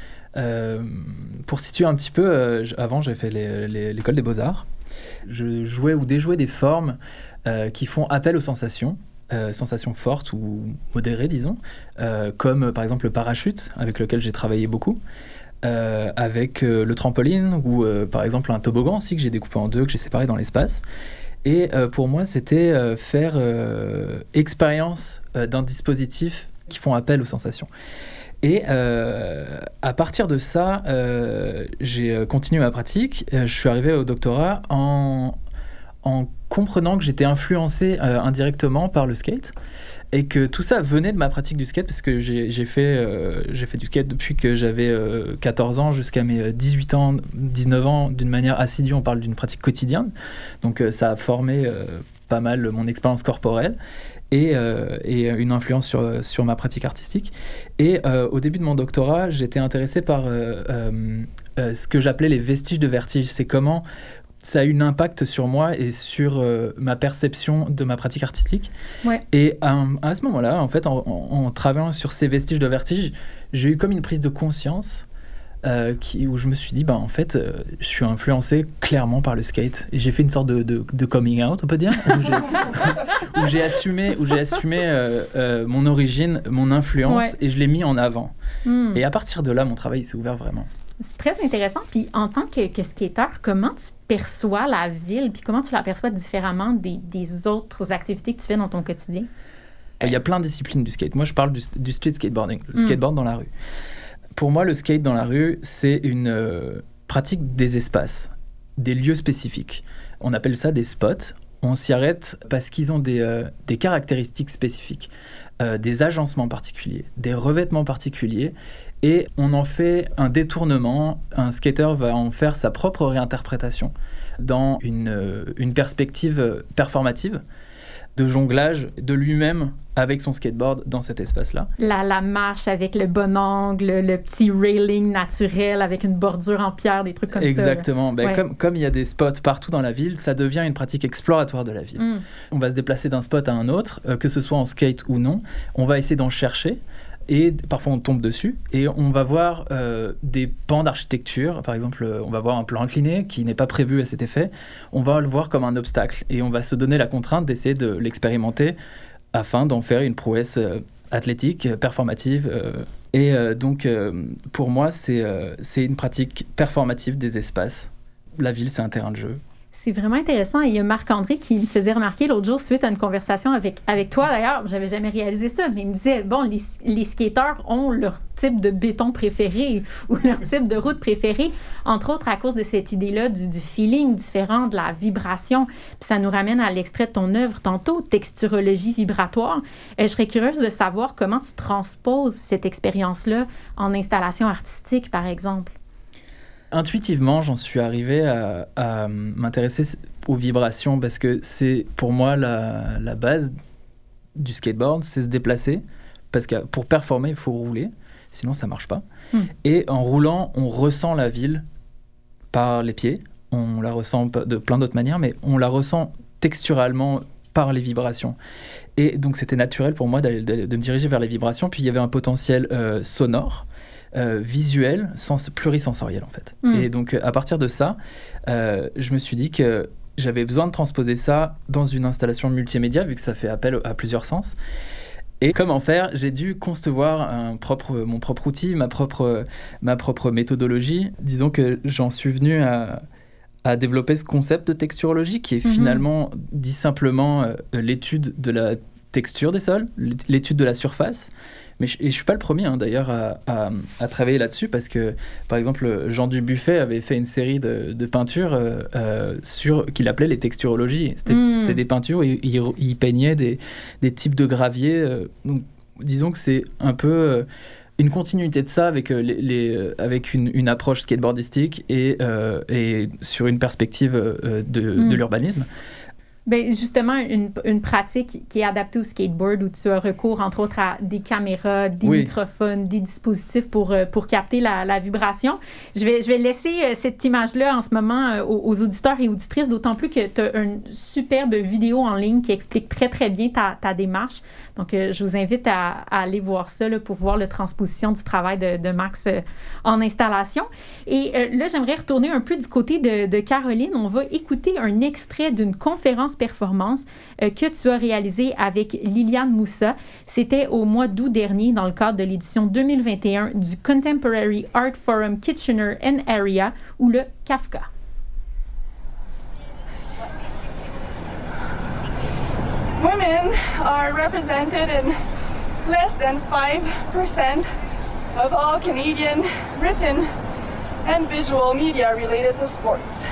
S11: Euh, pour situer un petit peu, euh, avant, j'ai fait les, les, l'école des beaux-arts. Je jouais ou déjouais des formes euh, qui font appel aux sensations, euh, sensations fortes ou modérées, disons, euh, comme par exemple le parachute, avec lequel j'ai travaillé beaucoup, euh, avec euh, le trampoline, ou euh, par exemple un toboggan aussi que j'ai découpé en deux, que j'ai séparé dans l'espace. Et euh, pour moi, c'était euh, faire euh, expérience euh, d'un dispositif qui font appel aux sensations. Et euh, à partir de ça, euh, j'ai continué ma pratique. Euh, je suis arrivé au doctorat en, en comprenant que j'étais influencé euh, indirectement par le skate et que tout ça venait de ma pratique du skate parce que j'ai, j'ai, fait, euh, j'ai fait du skate depuis que j'avais euh, quatorze ans jusqu'à mes dix-huit ans, dix-neuf ans, d'une manière assidue. On parle d'une pratique quotidienne. Donc euh, ça a formé euh, pas mal mon expérience corporelle. Et, euh, et une influence sur, sur ma pratique artistique. Et euh, au début de mon doctorat, j'étais intéressé par euh, euh, euh, ce que j'appelais les vestiges de vertige. C'est comment ça a eu un impact sur moi et sur euh, ma perception de ma pratique artistique.
S2: Ouais.
S11: Et à, à ce moment-là, en fait, en, en, en travaillant sur ces vestiges de vertige, j'ai eu comme une prise de conscience Euh, qui, où je me suis dit, bah, en fait, euh, je suis influencé clairement par le skate. Et j'ai fait une sorte de, de, de coming out, on peut dire, où j'ai, où j'ai assumé, où j'ai assumé euh, euh, mon origine, mon influence, ouais. et je l'ai mis en avant. Mm. Et à partir de là, mon travail s'est ouvert vraiment.
S2: C'est très intéressant. Puis en tant que, que skateur, comment tu perçois la ville? Puis comment tu la perçois différemment des, des autres activités que tu fais dans ton quotidien?
S11: Il y a plein de disciplines du skate. Moi, je parle du, du street skateboarding, le mm. skateboard dans la rue. Pour moi, le skate dans la rue, c'est une euh, pratique des espaces, des lieux spécifiques. On appelle ça des spots. On s'y arrête parce qu'ils ont des, euh, des caractéristiques spécifiques, euh, des agencements particuliers, des revêtements particuliers, et on en fait un détournement. Un skater va en faire sa propre réinterprétation dans une, euh, une perspective performative, de jonglage de lui-même avec son skateboard dans cet espace-là.
S2: La, la marche avec le bon angle, le petit railing naturel avec une bordure en pierre, des trucs comme
S11: Exactement.
S2: ça. Exactement.
S11: Ben,
S2: ouais.
S11: comme, comme il y a des spots partout dans la ville, ça devient une pratique exploratoire de la ville. Mm. On va se déplacer d'un spot à un autre, euh, que ce soit en skate ou non. On va essayer d'en chercher. Et parfois on tombe dessus et on va voir euh, des pans d'architecture. Par exemple, on va voir un plan incliné qui n'est pas prévu à cet effet. On va le voir comme un obstacle et on va se donner la contrainte d'essayer de l'expérimenter afin d'en faire une prouesse euh, athlétique, performative. Euh, et euh, donc, euh, pour moi, c'est, euh, c'est une pratique performative des espaces. La ville, c'est un terrain de jeu.
S2: C'est vraiment intéressant. Et il y a Marc-André qui me faisait remarquer l'autre jour, suite à une conversation avec, avec toi, d'ailleurs, j'avais jamais réalisé ça, mais il me disait, bon, les, les skateurs ont leur type de béton préféré ou leur type de route préférée, entre autres à cause de cette idée-là du, du feeling différent, de la vibration. Puis ça nous ramène à l'extrait de ton œuvre tantôt, Texturologie vibratoire. Euh, je serais curieuse de savoir comment tu transposes cette expérience-là en installation artistique, par exemple.
S11: Intuitivement, j'en suis arrivé à, à m'intéresser aux vibrations parce que c'est pour moi la, la base du skateboard, c'est se déplacer parce que pour performer, il faut rouler, sinon ça marche pas. Mm. Et en roulant, on ressent la ville par les pieds, on la ressent de plein d'autres manières, mais on la ressent texturalement par les vibrations. Et donc c'était naturel pour moi d'aller, de, de me diriger vers les vibrations, puis il y avait un potentiel euh, sonore. Euh, visuel, sens, plurisensoriel en fait. Mm. Et donc à partir de ça, euh, je me suis dit que j'avais besoin de transposer ça dans une installation multimédia vu que ça fait appel à plusieurs sens. Et comment faire? J'ai dû concevoir un propre, mon propre outil, ma propre, ma propre méthodologie. Disons que j'en suis venu à, à développer ce concept de texturologie qui est mm-hmm. finalement, dit simplement, euh, l'étude de la texture des sols, l'étude de la surface. Mais je ne suis pas le premier hein, d'ailleurs à, à, à travailler là-dessus parce que par exemple Jean Dubuffet avait fait une série de, de peintures euh, euh, sur, qu'il appelait les texturologies. C'était, mmh. c'était des peintures où il, il, il peignait des, des types de graviers. Euh, donc disons que c'est un peu euh, une continuité de ça avec, euh, les, les, euh, avec une, une approche skateboardistique et, euh, et sur une perspective euh, de, mm. de l'urbanisme.
S2: Bien, justement, une, une pratique qui est adaptée au skateboard où tu as recours, entre autres, à des caméras, des oui. microphones, des dispositifs pour, pour capter la, la vibration. Je vais, je vais laisser cette image-là en ce moment aux, aux auditeurs et auditrices, d'autant plus que tu as une superbe vidéo en ligne qui explique très, très bien ta, ta démarche. Donc, euh, je vous invite à, à aller voir ça là, pour voir la transposition du travail de, de Max euh, en installation. Et euh, là, j'aimerais retourner un peu du côté de, de Caroline. On va écouter un extrait d'une conférence performance euh, que tu as réalisée avec Liliane Moussa. C'était au mois d'août dernier dans le cadre de l'édition deux mille vingt et un du Contemporary Art Forum Kitchener and Area ou le CAFCA.
S13: Women are represented in less than five percent of all Canadian written and visual media related to sports.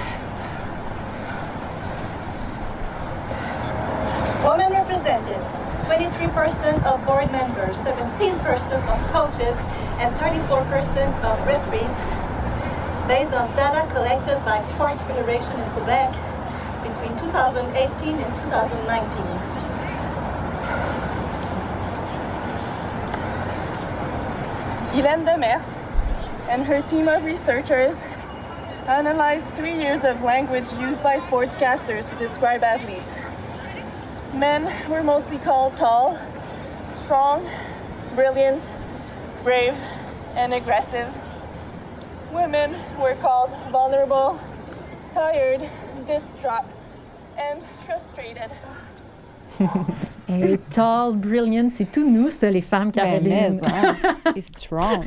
S14: Women represented twenty-three percent of board members, seventeen percent of coaches, and thirty-four percent of referees, based on data collected by Sports Federation in Quebec between two thousand eighteen and two thousand nineteen.
S13: Guylaine Demers and her team of researchers analyzed three years of language used by sportscasters to describe athletes. Men were mostly called tall, strong, brilliant, brave, and aggressive. Women were called vulnerable, tired, distraught, and frustrated.
S2: Hey, tall, brilliant, c'est tout nous, ça, les femmes, Caroline.
S12: Ben, hein? It's strong.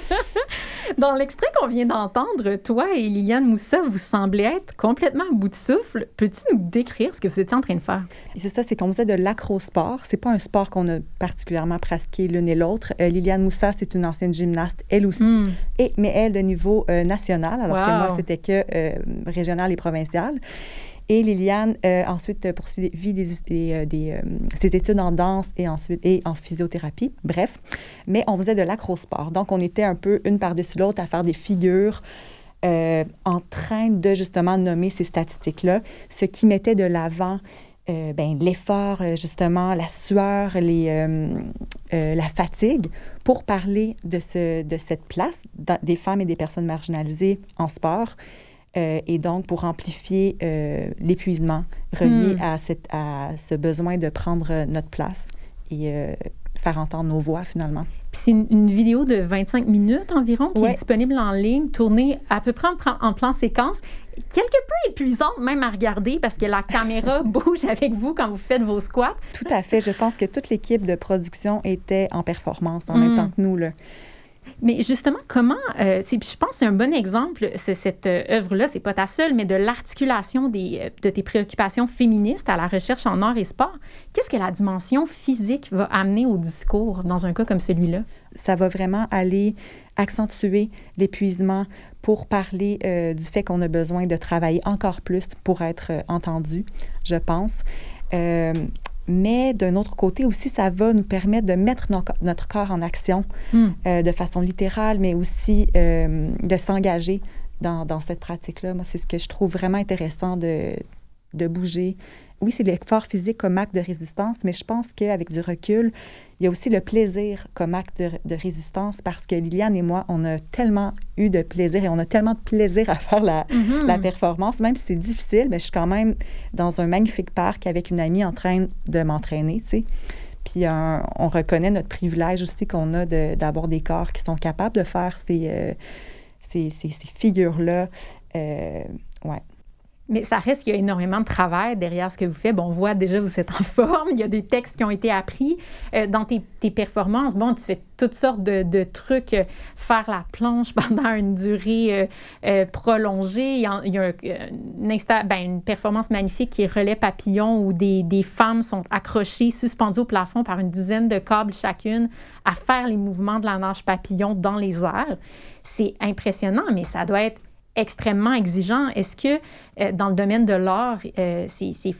S2: Dans l'extrait qu'on vient d'entendre, toi et Liliane Moussa, vous semblez être complètement à bout de souffle. Peux-tu nous décrire ce que vous étiez en train de faire?
S12: Et c'est ça, c'est qu'on faisait de l'acrosport. C'est pas un sport qu'on a particulièrement pratiqué l'une et l'autre. Euh, Liliane Moussa, c'est une ancienne gymnaste, elle aussi, mm. et, mais elle de niveau euh, national, alors wow. que moi, c'était que euh, régional et provincial. Et Liliane, euh, ensuite, poursuivit des, des, des, euh, ses études en danse et ensuite et en physiothérapie. Bref, mais on faisait de l'acrosport. Donc, on était un peu une par-dessus l'autre à faire des figures euh, en train de, justement, nommer ces statistiques-là, ce qui mettait de l'avant euh, ben, l'effort, justement, la sueur, les, euh, euh, la fatigue pour parler de, ce, de cette place des femmes et des personnes marginalisées en sport. Euh, et donc, pour amplifier euh, l'épuisement relié mm. à, cette, à ce besoin de prendre notre place et euh, faire entendre nos voix, finalement.
S2: Puis c'est une, une vidéo de vingt-cinq minutes environ qui
S12: ouais.
S2: est disponible en ligne, tournée à peu près en, en plan séquence. Quelque peu épuisante même à regarder parce que la caméra bouge avec vous quand vous faites vos squats.
S12: Tout à fait. Je pense que toute l'équipe de production était en performance en mm. même temps que nous, là.
S2: Mais justement, comment, euh, c'est, je pense que c'est un bon exemple, c'est, cette euh, œuvre-là, c'est pas ta seule, mais de l'articulation des, de tes préoccupations féministes à la recherche en art et sport. Qu'est-ce que la dimension physique va amener au discours dans un cas comme celui-là?
S12: Ça va vraiment aller accentuer l'épuisement pour parler euh, du fait qu'on a besoin de travailler encore plus pour être euh, entendu, je pense. Euh, Mais d'un autre côté aussi, ça va nous permettre de mettre no- notre corps en action mm. euh, de façon littérale, mais aussi euh, de s'engager dans, dans cette pratique-là. Moi, c'est ce que je trouve vraiment intéressant de, de bouger. Oui, c'est l'effort physique comme acte de résistance, mais je pense qu'avec du recul, il y a aussi le plaisir comme acte de, de résistance parce que Liliane et moi, on a tellement eu de plaisir et on a tellement de plaisir à faire la, mm-hmm. la performance, même si c'est difficile, mais je suis quand même dans un magnifique parc avec une amie en train de m'entraîner, tu sais. Puis un, on reconnaît notre privilège aussi qu'on a de, d'avoir des corps qui sont capables de faire ces, euh, ces, ces, ces figures-là. Euh, ouais.
S2: Mais ça reste qu'il y a énormément de travail derrière ce que vous faites. Bon, on voit déjà, vous êtes en forme. Il y a des textes qui ont été appris. Euh, dans tes, tes performances, bon, tu fais toutes sortes de, de trucs. Euh, faire la planche pendant une durée euh, euh, prolongée. Il y a, il y a un, une, insta- ben, une performance magnifique qui est relais papillon où des, des femmes sont accrochées, suspendues au plafond par une dizaine de câbles chacune à faire les mouvements de la nage papillon dans les airs. C'est impressionnant, mais ça doit être extrêmement exigeant. Est-ce que euh, dans le domaine de l'art, euh, c'est, c'est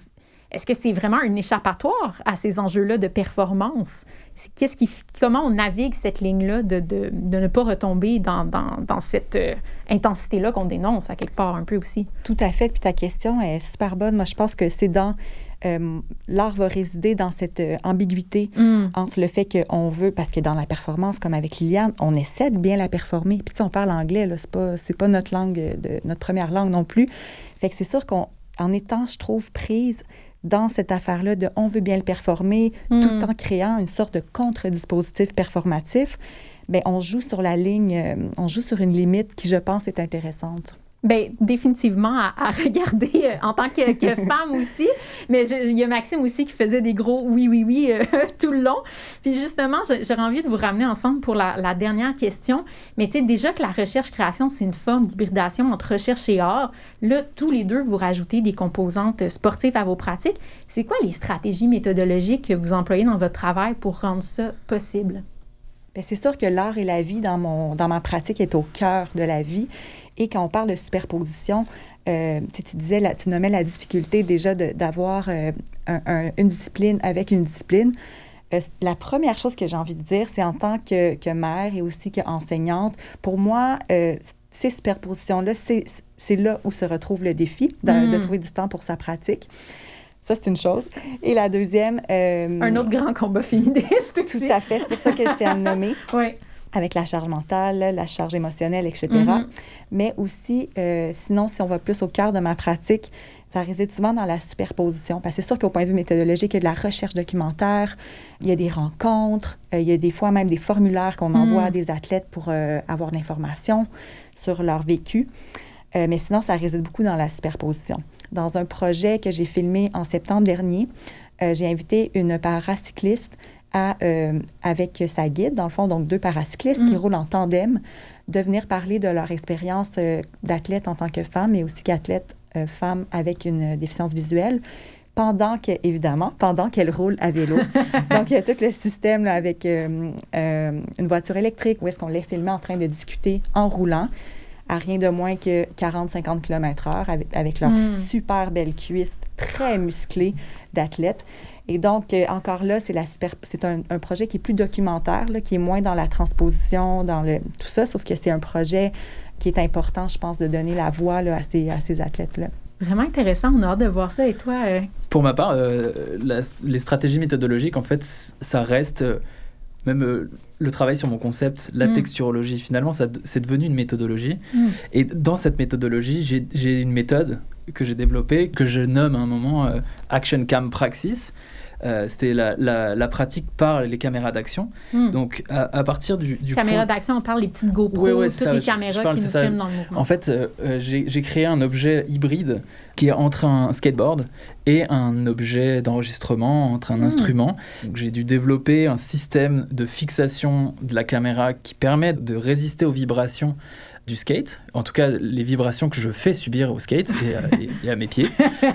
S2: est-ce que c'est vraiment un échappatoire à ces enjeux-là de performance? C'est, qu'est-ce qui, comment on navigue cette ligne-là de, de, de ne pas retomber dans, dans, dans cette euh, intensité-là qu'on dénonce à quelque part un peu aussi?
S12: Tout à fait. Puis ta question est super bonne. Moi, je pense que c'est dans... Euh, l'art va résider dans cette euh, ambiguïté mm. entre le fait qu'on veut, parce que dans la performance, comme avec Liliane, on essaie de bien la performer. Puis tu sais, on parle anglais, là, c'est pas, c'est pas notre langue, de, notre première langue non plus. Fait que c'est sûr qu'en étant, je trouve, prise dans cette affaire-là de on veut bien le performer, mm. tout en créant une sorte de contre-dispositif performatif, bien, on joue sur la ligne, euh, on joue sur une limite qui, je pense, est intéressante.
S2: Bien, définitivement à, à regarder euh, en tant que, que femme aussi. Mais il y a Maxime aussi qui faisait des gros oui, oui, oui euh, tout le long. Puis justement, j'aurais envie de vous ramener ensemble pour la, la dernière question. Mais tu sais, déjà que la recherche-création, c'est une forme d'hybridation entre recherche et art. Là, tous les deux, vous rajoutez des composantes sportives à vos pratiques. C'est quoi les stratégies méthodologiques que vous employez dans votre travail pour rendre ça possible?
S12: Bien, c'est sûr que l'art et la vie dans, mon, dans ma pratique est au cœur de la vie. Et quand on parle de superposition, euh, tu disais, la, tu nommais la difficulté déjà de, d'avoir euh, un, un, une discipline avec une discipline. Euh, la première chose que j'ai envie de dire, c'est en tant que, que mère et aussi qu'enseignante, pour moi, euh, ces superpositions-là, c'est, c'est là où se retrouve le défi de, mmh. de trouver du temps pour sa pratique. Ça, c'est une chose. Et la deuxième... Euh,
S2: un autre grand combat féministe aussi.
S12: Tout à fait. C'est pour ça que je tiens à le nommer.
S2: Oui.
S12: Avec la charge mentale, la charge émotionnelle, et cetera. Mm-hmm. Mais aussi, euh, sinon, si on va plus au cœur de ma pratique, ça réside souvent dans la superposition. Parce que c'est sûr qu'au point de vue méthodologique, il y a de la recherche documentaire, il y a des rencontres, euh, il y a des fois même des formulaires qu'on envoie mm. à des athlètes pour euh, avoir de l'information sur leur vécu. Euh, mais sinon, ça réside beaucoup dans la superposition. Dans un projet que j'ai filmé en septembre dernier, euh, j'ai invité une paracycliste à, euh, avec sa guide, dans le fond, donc deux paracyclistes mmh. qui roulent en tandem, de venir parler de leur expérience euh, d'athlète en tant que femme, mais aussi qu'athlète euh, femme avec une déficience visuelle, pendant que, évidemment, pendant qu'elle roule à vélo. Donc, il y a tout le système là, avec euh, euh, une voiture électrique, où est-ce qu'on les filmait en train de discuter en roulant, à rien de moins que quarante à cinquante kilomètres heure, avec, avec leurs mmh. super belles cuisses très musclées d'athlètes. Et donc, euh, encore là, c'est, la super, c'est un, un projet qui est plus documentaire, là, qui est moins dans la transposition, dans le, tout ça, sauf que c'est un projet qui est important, je pense, de donner la voix là, à ces, à ces athlètes-là.
S2: Vraiment intéressant, on a hâte de voir ça. Et toi? Euh...
S11: Pour ma part, euh, la, les stratégies méthodologiques, en fait, ça reste... Euh, même euh, le travail sur mon concept, la mm. texturologie, finalement, ça, c'est devenu une méthodologie. Mm. Et dans cette méthodologie, j'ai, j'ai une méthode que j'ai développée, que je nomme à un moment euh, Action Cam Praxis. Euh, c'était la, la, la pratique par les caméras d'action. Mm. Donc, à, à partir du, du
S2: caméras
S11: point...
S2: d'action, on parle des petites GoPro,
S11: oui, oui,
S2: toutes
S11: ça,
S2: les
S11: je,
S2: caméras
S11: je parle,
S2: qui nous
S11: ça.
S2: filment dans le mouvement.
S11: En fait, euh, j'ai, j'ai créé un objet hybride qui est entre un skateboard et un objet d'enregistrement, entre un mm. instrument. Donc, j'ai dû développer un système de fixation de la caméra qui permet de résister aux vibrations du skate, en tout cas les vibrations que je fais subir au skate et, euh, et, et à mes pieds,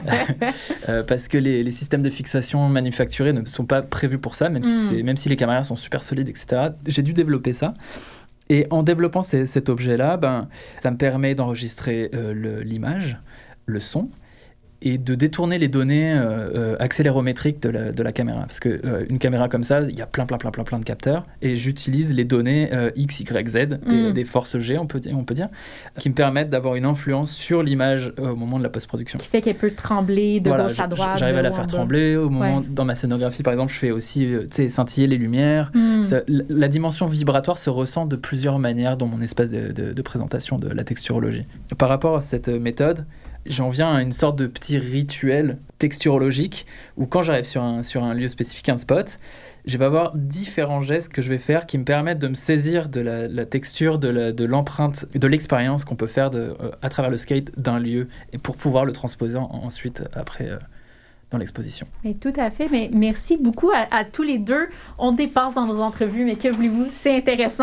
S11: euh, parce que les, les systèmes de fixation manufacturés ne sont pas prévus pour ça, même, mm. si, c'est, même si les caméras sont super solides, et cetera. J'ai dû développer ça. Et en développant ces, cet objet-là, ben, ça me permet d'enregistrer euh, le, l'image, le son, et de détourner les données euh, euh, accélérométriques de la, de la caméra. Parce qu'une euh, caméra comme ça, il y a plein, plein, plein, plein, plein de capteurs, et j'utilise les données euh, X, Y, Z, des, mm. des forces G, on peut, on peut dire, qui me permettent d'avoir une influence sur l'image euh, au moment de la post-production.
S2: Qui fait qu'elle peut trembler de
S11: voilà,
S2: gauche à droite.
S11: J'arrive à la faire trembler. Au moment, ouais. Dans ma scénographie, par exemple, je fais aussi euh, scintiller les lumières. Mm. Ça, la, la dimension vibratoire se ressent de plusieurs manières dans mon espace de, de, de présentation de la texturologie. Par rapport à cette méthode, j'en viens à une sorte de petit rituel texturologique où quand j'arrive sur un, sur un lieu spécifique, un spot, je vais avoir différents gestes que je vais faire qui me permettent de me saisir de la, la texture, de, la, de l'empreinte, de l'expérience qu'on peut faire de, euh, à travers le skate d'un lieu et pour pouvoir le transposer en, ensuite après euh, dans l'exposition.
S2: Mais tout à fait. Mais merci beaucoup à, à tous les deux. On dépasse dans nos entrevues, mais que voulez-vous? C'est intéressant.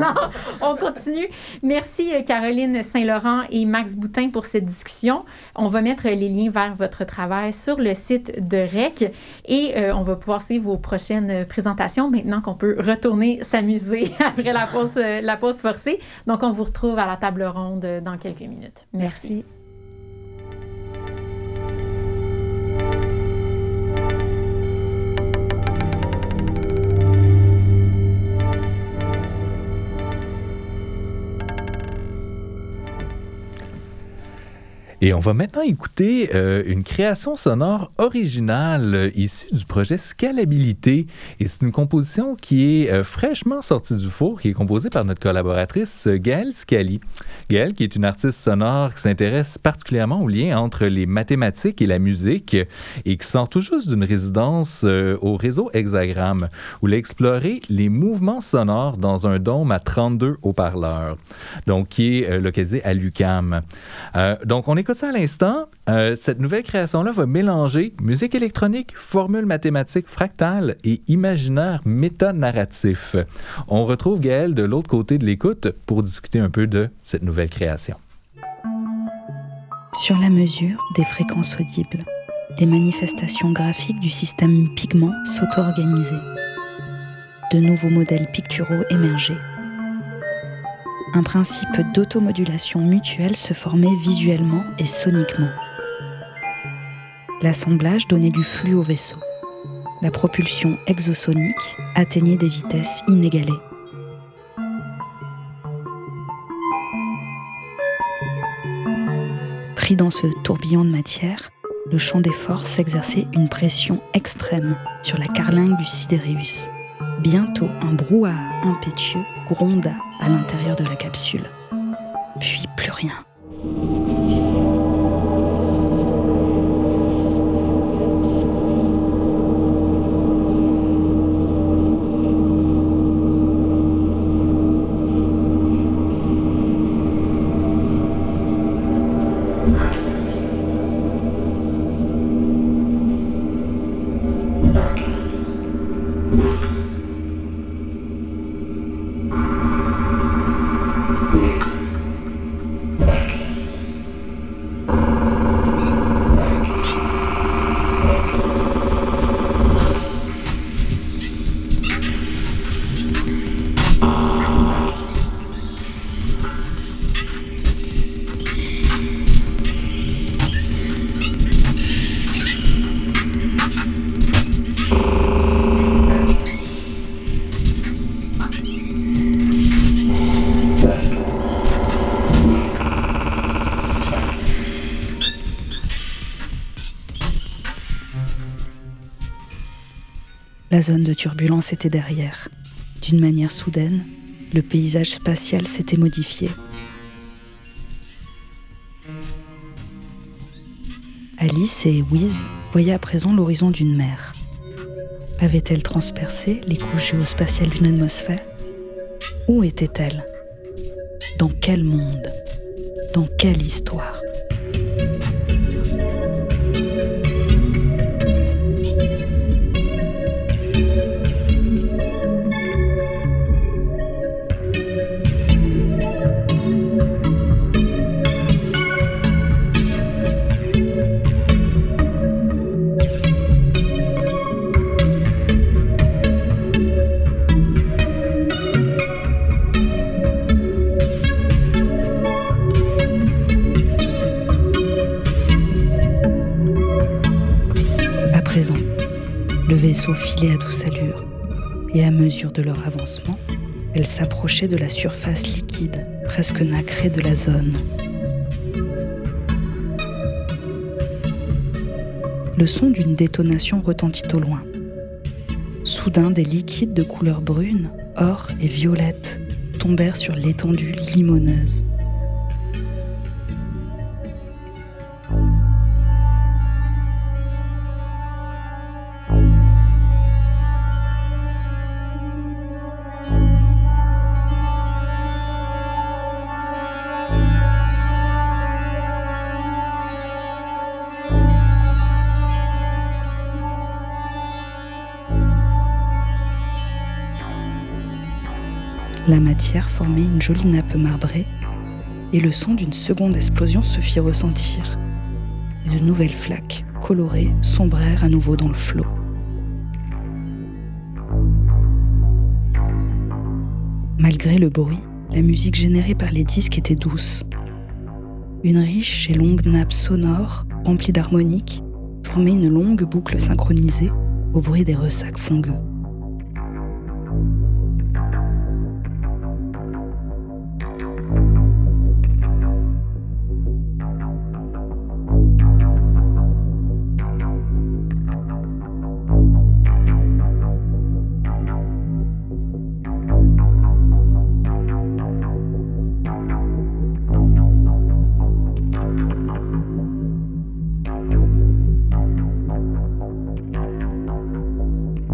S2: On continue. Merci Caroline Saint-Laurent et Max Boutin pour cette discussion. On va mettre les liens vers votre travail sur le site de R E C et euh, on va pouvoir suivre vos prochaines présentations maintenant qu'on peut retourner s'amuser après la pause, la pause forcée. Donc, on vous retrouve à la table ronde dans quelques minutes. Merci.
S12: Merci.
S3: Et on va maintenant écouter euh, une création sonore originale euh, issue du projet Scalabilité. Et c'est une composition qui est euh, fraîchement sortie du four, qui est composée par notre collaboratrice euh, Gaëlle Scali. Gaëlle, qui est une artiste sonore qui s'intéresse particulièrement au lien entre les mathématiques et la musique et qui sort tout juste d'une résidence euh, au réseau Hexagramme, où elle a exploré les mouvements sonores dans un dôme à trente-deux haut-parleurs, donc qui est euh, localisé à l'U Q A M. Euh, donc, on écoute ça à l'instant. Euh, cette nouvelle création-là va mélanger musique électronique, formules mathématiques fractales et imaginaire métanarratif. On retrouve Gaëlle de l'autre côté de l'écoute pour discuter un peu de cette nouvelle création.
S15: Sur la mesure des fréquences audibles, les manifestations graphiques du système pigment s'auto-organisaient. De nouveaux modèles picturaux émergeaient. Un principe d'automodulation mutuelle se formait visuellement et soniquement. L'assemblage donnait du flux au vaisseau. La propulsion exosonique atteignait des vitesses inégalées. Pris dans ce tourbillon de matière, le champ des forces exerçait une pression extrême sur la carlingue du sidéréus. Bientôt, un brouhaha impétueux gronda à l'intérieur de la capsule. Puis plus rien. La zone de turbulence était derrière. D'une manière soudaine, le paysage spatial s'était modifié. Alice et Wiz voyaient à présent l'horizon d'une mer. Avait-elle transpercé les couches géospatiales d'une atmosphère ? Où était-elle ? Dans quel monde ? Dans quelle histoire ? Le vaisseau filait à douce allure, et à mesure de leur avancement, elle s'approchait de la surface liquide, presque nacrée de la zone. Le son d'une détonation retentit au loin. Soudain, des liquides de couleur brune, or et violette tombèrent sur l'étendue limoneuse. La matière formait une jolie nappe marbrée et le son d'une seconde explosion se fit ressentir. Et de nouvelles flaques colorées sombrèrent à nouveau dans le flot. Malgré le bruit, la musique générée par les disques était douce. Une riche et longue nappe sonore, remplie d'harmoniques, formait une longue boucle synchronisée au bruit des ressacs fongeux.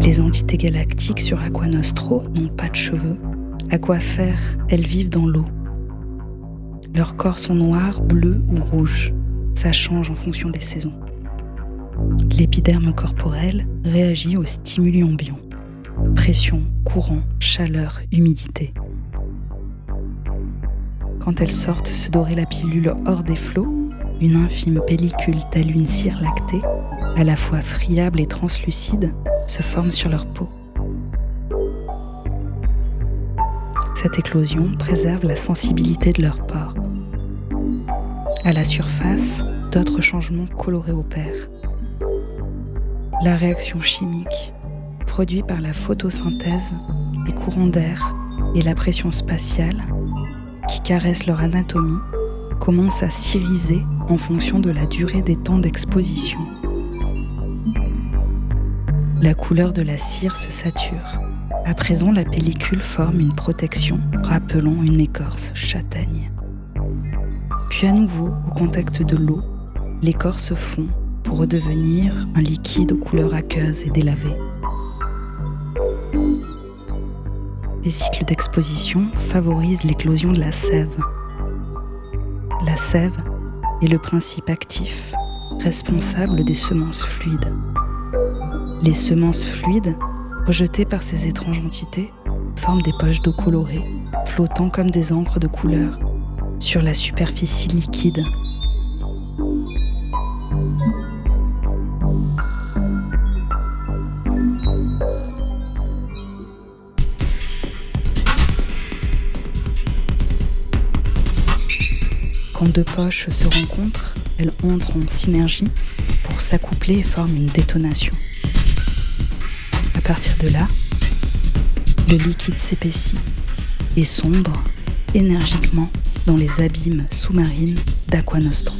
S15: Les entités galactiques sur Aqua Nostro n'ont pas de cheveux. À quoi faire? Elles vivent dans l'eau. Leurs corps sont noirs, bleus ou rouges. Ça change en fonction des saisons. L'épiderme corporel réagit aux stimuli ambiants. Pression, courant, chaleur, humidité. Quand elles sortent se dorer la pilule hors des flots, une infime pellicule telle une cire lactée, à la fois friable et translucide, se forme sur leur peau. Cette éclosion préserve la sensibilité de leur pores. À la surface, d'autres changements colorés opèrent. La réaction chimique, produite par la photosynthèse, les courants d'air et la pression spatiale, qui caressent leur anatomie, commence à s'iriser en fonction de la durée des temps d'exposition. La couleur de la cire se sature. À présent, la pellicule forme une protection rappelant une écorce châtaigne. Puis à nouveau, au contact de l'eau, l'écorce fond pour redevenir un liquide aux couleurs aqueuses et délavées. Les cycles d'exposition favorisent l'éclosion de la sève. La sève est le principe actif responsable des semences fluides. Les semences fluides, rejetées par ces étranges entités, forment des poches d'eau colorées, flottant comme des encres de couleur sur la superficie liquide. Quand deux poches se rencontrent, elles entrent en synergie pour s'accoupler et forment une détonation. À partir de là, le liquide s'épaissit et sombre énergiquement dans les abîmes sous-marines d'Aqua Nostro.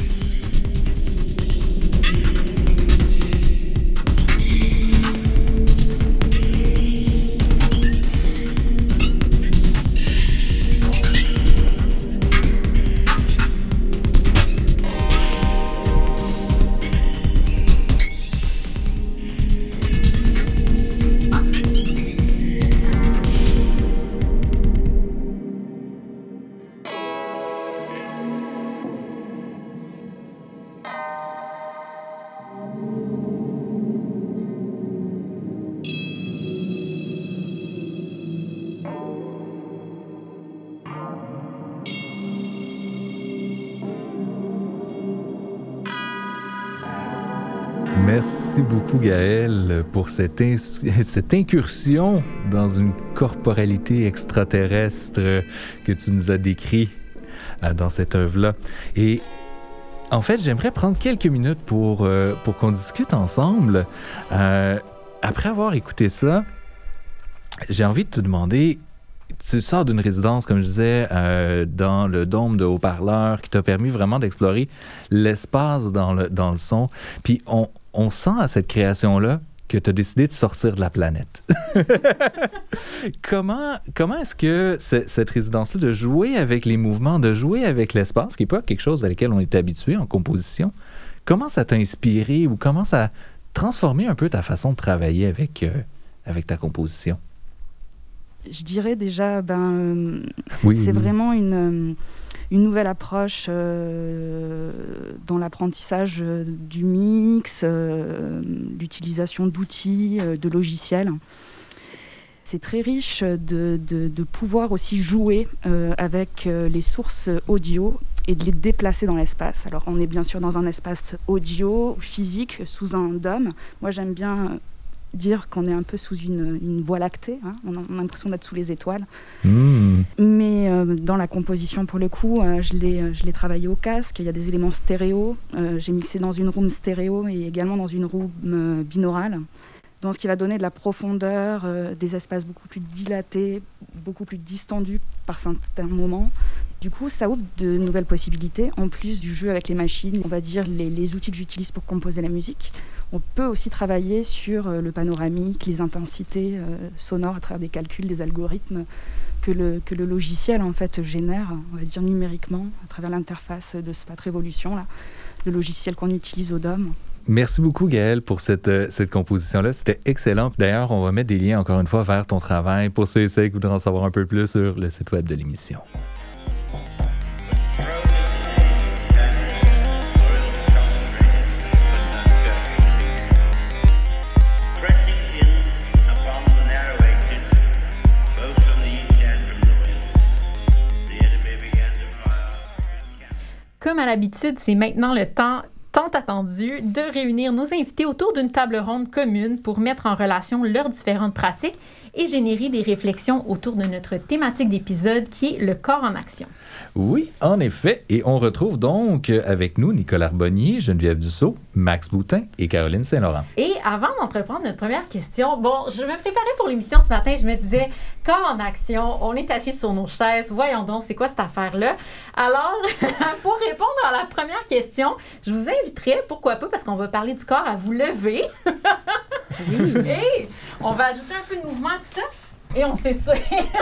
S3: Merci beaucoup, Gaël, pour cette, ins- cette incursion dans une corporalité extraterrestre que tu nous as décrit euh, dans cette œuvre-là. Et en fait, j'aimerais prendre quelques minutes pour, euh, pour qu'on discute ensemble. Euh, après avoir écouté ça, j'ai envie de te demander, tu sors d'une résidence, comme je disais, euh, dans le dôme de haut-parleurs qui t'a permis vraiment d'explorer l'espace dans le, dans le son. Puis on, on sent à cette création-là que tu as décidé de sortir de la planète. comment, comment est-ce que c- cette résidence-là, de jouer avec les mouvements, de jouer avec l'espace, qui n'est pas quelque chose à laquelle on est habitué en composition, comment ça t'a inspiré ou comment ça a transformé un peu ta façon de travailler avec, euh, avec ta composition?
S4: Je dirais déjà, ben, euh,
S3: Oui,
S4: c'est
S3: oui.
S4: vraiment une, euh, une nouvelle approche euh, dans l'apprentissage euh, du mix, euh, l'utilisation d'outils, euh, de logiciels. C'est très riche de, de, de pouvoir aussi jouer euh, avec euh, les sources audio et de les déplacer dans l'espace. Alors on est bien sûr dans un espace audio, physique, sous un dôme. Moi j'aime bien dire qu'on est un peu sous une, une voie lactée, hein. on, a, on a l'impression d'être sous les étoiles. Mmh. Mais euh, dans la composition, pour le coup, euh, je, l'ai, je l'ai travaillé au casque, il y a des éléments stéréo, euh, j'ai mixé dans une room stéréo et également dans une room euh, binaurale, dans ce qui va donner de la profondeur, euh, des espaces beaucoup plus dilatés, beaucoup plus distendus par certains moments. Du coup, ça ouvre de nouvelles possibilités, en plus du jeu avec les machines, on va dire les, les outils que j'utilise pour composer la musique. On peut aussi travailler sur euh, le panoramique, les intensités euh, sonores à travers des calculs, des algorithmes que le, que le logiciel en fait génère, on va dire numériquement, à travers l'interface de Spat Revolution, là, le logiciel qu'on utilise au D O M.
S3: Merci beaucoup, Gaëlle, pour cette, euh, cette composition-là. C'était excellent. D'ailleurs, on va mettre des liens, encore une fois, vers ton travail pour ceux et celles qui voudraient en savoir un peu plus sur le site web de l'émission.
S2: Comme à l'habitude, c'est maintenant le temps tant attendu de réunir nos invités autour d'une table ronde commune pour mettre en relation leurs différentes pratiques et générer des réflexions autour de notre thématique d'épisode qui est le corps en action.
S3: Oui, en effet. Et on retrouve donc avec nous Nicole Arbonnier, Geneviève Dussault, Max Boutin et Caroline Saint-Laurent.
S2: Et avant d'entreprendre notre première question, bon, je me préparais pour l'émission ce matin, je me disais, corps en action, on est assis sur nos chaises, voyons donc, c'est quoi cette affaire-là? Alors, pour répondre à la première question, je vous inviterais, pourquoi pas, parce qu'on va parler du corps, à vous lever. Oui. Et on va ajouter un peu de mouvement à tout ça. Et on s'étire.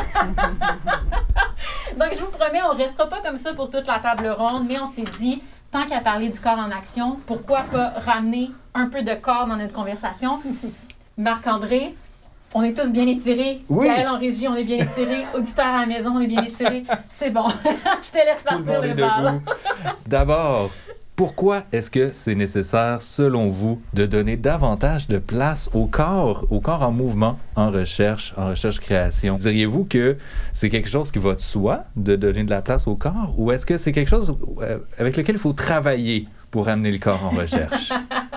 S2: Donc, je vous promets, on ne restera pas comme ça pour toute la table ronde, mais on s'est dit, tant qu'à parler du corps en action, pourquoi pas ramener un peu de corps dans notre conversation? Marc-André, on est tous bien étirés.
S3: Oui.
S2: Gaëlle en régie, on est bien étirés. Auditeur à la maison, on est bien étirés. C'est bon. Je te laisse partir le bal.
S3: D'abord, pourquoi est-ce que c'est nécessaire, selon vous, de donner davantage de place au corps, au corps en mouvement, en recherche, en recherche-création? Diriez-vous que c'est quelque chose qui va de soi, de donner de la place au corps, ou est-ce que c'est quelque chose avec lequel il faut travailler pour amener le corps en recherche?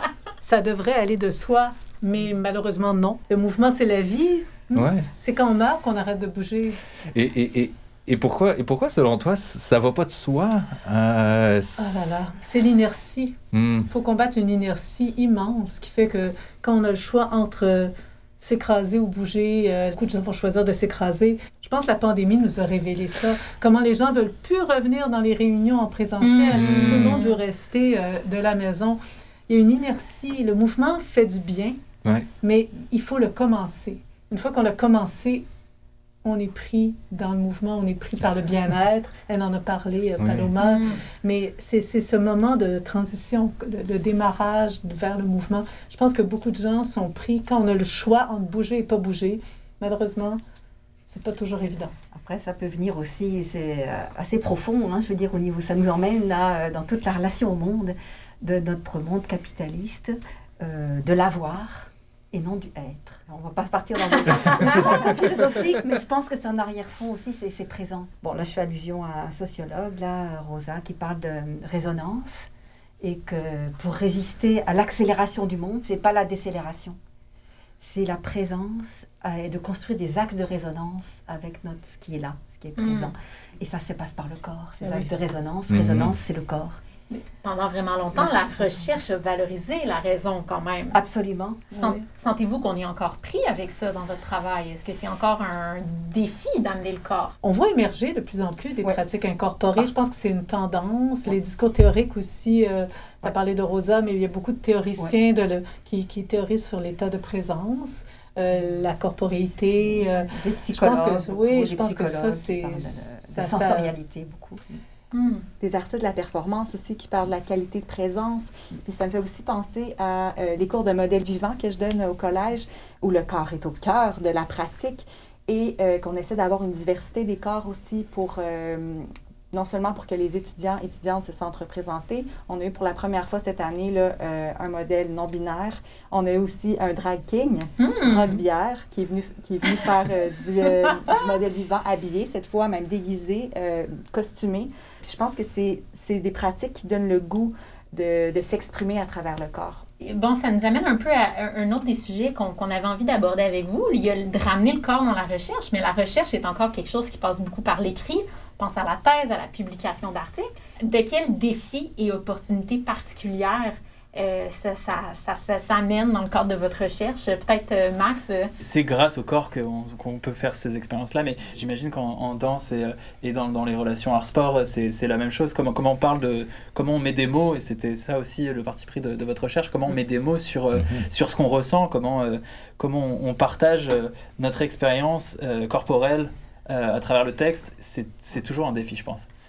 S10: Ça devrait aller de soi, mais malheureusement, non. Le mouvement, c'est la vie.
S3: Ouais.
S10: C'est quand on meurt qu'on arrête de bouger.
S3: Et... et, et... Et pourquoi, et pourquoi, selon toi, ça va pas de soi? Euh,
S10: oh là là, c'est l'inertie. Il
S3: hmm.
S10: faut combattre une inertie immense qui fait que quand on a le choix entre euh, s'écraser ou bouger, euh, beaucoup de gens vont choisir de s'écraser. Je pense que la pandémie nous a révélé ça. Comment les gens veulent plus revenir dans les réunions en présentiel. Hmm. Tout le monde veut rester euh, de la maison. Il y a une inertie. Le mouvement fait du bien,
S3: ouais.
S10: mais il faut le commencer. Une fois qu'on a commencé, on est pris dans le mouvement, on est pris par le bien-être. Elle en a parlé, euh, Paloma. Oui. Mais c'est, c'est ce moment de transition, le, le démarrage vers le mouvement. Je pense que beaucoup de gens sont pris quand on a le choix entre bouger et pas bouger. Malheureusement, c'est pas toujours évident.
S9: Après, ça peut venir aussi, c'est euh, assez profond, hein, je veux dire, au niveau, ça nous emmène là, euh, dans toute la relation au monde, de notre monde capitaliste, euh, de l'avoir et non du être. On ne va pas partir dans une dimension philosophique, mais je pense que c'est un arrière-fond aussi, c'est, c'est présent. Bon, là, je fais allusion à un sociologue, là, Rosa, qui parle de résonance, et que pour résister à l'accélération du monde, ce n'est pas la décélération, c'est la présence et de construire des axes de résonance avec notre, ce qui est là, ce qui est présent. Mmh. Et ça se passe par le corps, ces oui. axes de résonance. Mmh. Résonance, c'est le corps.
S2: Pendant vraiment longtemps, la recherche a valorisé la raison quand même.
S9: Absolument.
S2: Sent,
S9: oui.
S2: Sentez-vous qu'on est encore pris avec ça dans votre travail? Est-ce que c'est encore un défi d'amener le corps?
S10: On voit émerger de plus en plus des oui. pratiques incorporées. Ah. Je pense que c'est une tendance. Les discours théoriques aussi, euh, on a parlé de Rosa, mais il y a beaucoup de théoriciens oui. de le, qui, qui théorisent sur l'état de présence. Euh, la corporéité. Euh,
S9: des psychologues.
S10: Je pense que, oui, je pense que ça, c'est...
S9: De,
S10: ça,
S9: de sensorialité, ça, beaucoup.
S12: Mmh. Des artistes de la performance aussi qui parlent de la qualité de présence. Puis ça me fait aussi penser à euh, les cours de modèle vivant que je donne au collège, où le corps est au cœur de la pratique et euh, qu'on essaie d'avoir une diversité des corps aussi pour... Euh, non seulement pour que les étudiants et étudiantes se sentent représentés. On a eu pour la première fois cette année là, euh, un modèle non-binaire. On a eu aussi un drag king, mmh. Rock Bière, qui est venu, qui est venu faire euh, du, euh, du modèle vivant habillé, cette fois même déguisé, euh, costumé. Puis je pense que c'est, c'est des pratiques qui donnent le goût de, de s'exprimer à travers le corps.
S2: Bon, ça nous amène un peu à un autre des sujets qu'on, qu'on avait envie d'aborder avec vous. Il y a de ramener le corps dans la recherche, mais la recherche est encore quelque chose qui passe beaucoup par l'écrit. On pense à la thèse, à la publication d'articles. De quels défis et opportunités particulières euh, ça, ça, ça, ça s'amène dans le cadre de votre recherche? Peut-être, euh, Max? Euh...
S11: C'est grâce au corps qu'on, qu'on peut faire ces expériences-là, mais j'imagine qu'en en danse et, et dans, dans les relations art-sport, c'est, c'est la même chose. Comment, comment on parle de... Comment on met des mots, et c'était ça aussi le parti pris de, de votre recherche, comment on met des mots sur, euh, mm-hmm. sur ce qu'on ressent, comment, euh, comment on, on partage euh, notre expérience euh, corporelle Euh, à travers le texte, c'est, c'est toujours un défi, je pense.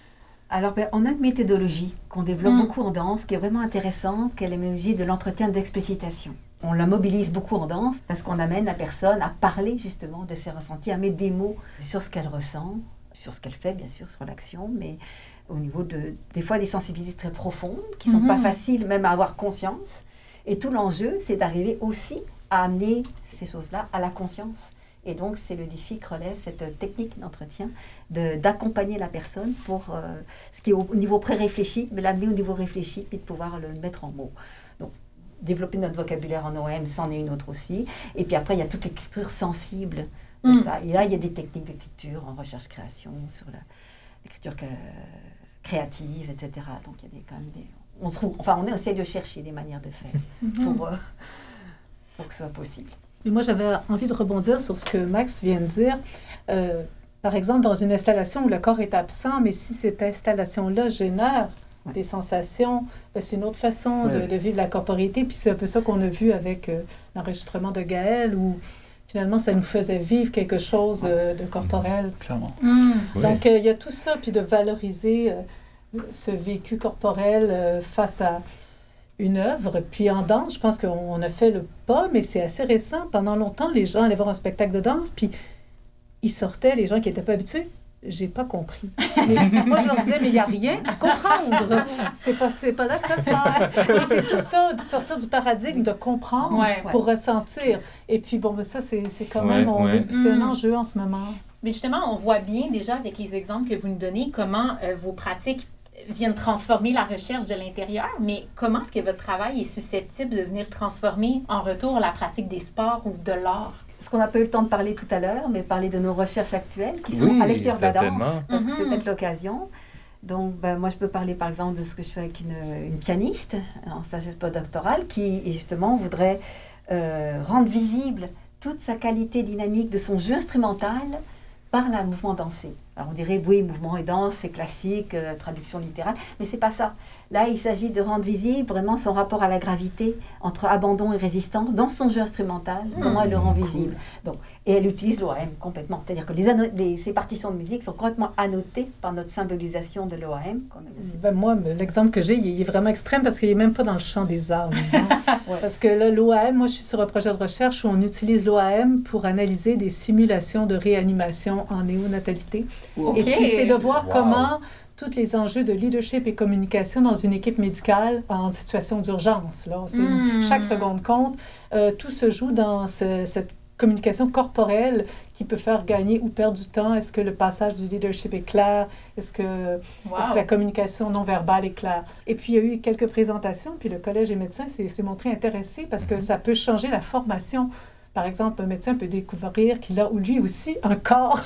S9: Alors, ben, on a une méthodologie qu'on développe
S2: Mm.
S9: beaucoup en danse, qui est vraiment intéressante, qui est la méthodologie de l'entretien d'explicitation. On la mobilise beaucoup en danse parce qu'on amène la personne à parler justement de ses ressentis, à mettre des mots sur ce qu'elle ressent, sur ce qu'elle fait, bien sûr, sur l'action, mais au niveau de, des fois, des sensibilités très profondes qui ne sont
S2: Mhm.
S9: pas faciles même à avoir conscience. Et tout l'enjeu, c'est d'arriver aussi à amener ces choses-là à la conscience. Et donc, c'est le défi que relève cette technique d'entretien, de, d'accompagner la personne pour euh, ce qui est au niveau pré-réfléchi, mais l'amener au niveau réfléchi, puis de pouvoir le mettre en mots. Donc, développer notre vocabulaire en O M, c'en est une autre aussi. Et puis après, il y a toute l'écriture sensible de
S2: Mm.
S9: ça. Et là, il y a des techniques d'écriture en recherche-création, sur la, l'écriture que- créative, et cetera. Donc, il y a des, quand même des... On trouve, enfin, on essaie de chercher des manières de faire pour, euh, pour que ce soit possible.
S10: Et moi, j'avais envie de rebondir sur ce que Max vient de dire. Euh, par exemple, dans une installation où le corps est absent, mais si cette installation-là génère des sensations, ben, c'est une autre façon de,
S11: Ouais.
S10: de vivre la corporéité. Puis c'est un peu ça qu'on a vu avec euh, l'enregistrement de Gaël, où finalement, ça nous faisait vivre quelque chose euh, de corporel.
S11: Clairement.
S2: Mm.
S10: Donc, euh, il y a tout ça, puis de valoriser euh, ce vécu corporel euh, face à une œuvre. Puis en danse, je pense qu'on a fait le pas, mais c'est assez récent. Pendant longtemps, les gens allaient voir un spectacle de danse, puis ils sortaient, les gens qui n'étaient pas habitués. J'ai pas compris. Mais moi, je leur disais, mais il n'y a rien à comprendre. C'est pas, c'est pas là que ça se passe. Et c'est tout ça, de sortir du paradigme, de comprendre
S2: Ouais.
S10: pour ressentir. Et puis, bon, ben ça, c'est, c'est quand
S3: Ouais,
S10: même on-
S3: ouais.
S10: c'est un
S2: Mm.
S10: enjeu en ce moment.
S2: Mais justement, on voit bien déjà avec les exemples que vous nous donnez comment euh, vos pratiques viennent transformer la recherche de l'intérieur, mais comment est-ce que votre travail est susceptible de venir transformer en retour la pratique des sports ou de l'art?
S9: Ce qu'on n'a pas eu le temps de parler tout à l'heure, mais parler de nos recherches actuelles qui sont
S3: Oui,
S9: à l'extérieur de la danse,
S3: certainement.
S9: parce que c'est
S2: Mhm.
S9: peut-être l'occasion. Donc, ben, moi, je peux parler par exemple de ce que je fais avec une, une pianiste en stage postdoctoral qui, justement, voudrait euh, rendre visible toute sa qualité dynamique de son jeu instrumental par le mouvement dansé. Alors, on dirait, oui, mouvement et danse, c'est classique, euh, traduction littérale, mais c'est pas ça. Là, il s'agit de rendre visible vraiment son rapport à la gravité entre abandon et résistance dans son jeu instrumental, comment elle le rend visible. Donc, et elle utilise l'O A M complètement. C'est-à-dire que les anno- les, ces partitions de musique sont complètement annotées par notre symbolisation de l'O A M. qu'on a laissé.
S10: Ben moi, me- l'exemple que j'ai, il est- il est vraiment extrême parce qu'il n'est même pas dans le champ des arts.
S9: Ouais.
S10: Parce que là, l'O A M, moi, je suis sur un projet de recherche où on utilise l'O A M pour analyser des simulations de réanimation en néonatalité.
S2: Ok.
S10: Et puis, c'est de voir
S3: Wow.
S10: comment tous les enjeux de leadership et communication dans une équipe médicale en situation d'urgence, là, c'est
S2: Mm.
S10: chaque seconde compte, euh, tout se joue dans ce- cette communication corporelle qui peut faire gagner ou perdre du temps. Est-ce que le passage du leadership est clair? Est-ce que,
S2: Wow.
S10: est-ce que la communication non verbale est claire? Et puis, il y a eu quelques présentations, puis le Collège des médecins s'est s'est montré intéressé parce que ça peut changer la formation. Par exemple, un médecin peut découvrir qu'il a, ou lui aussi, un corps.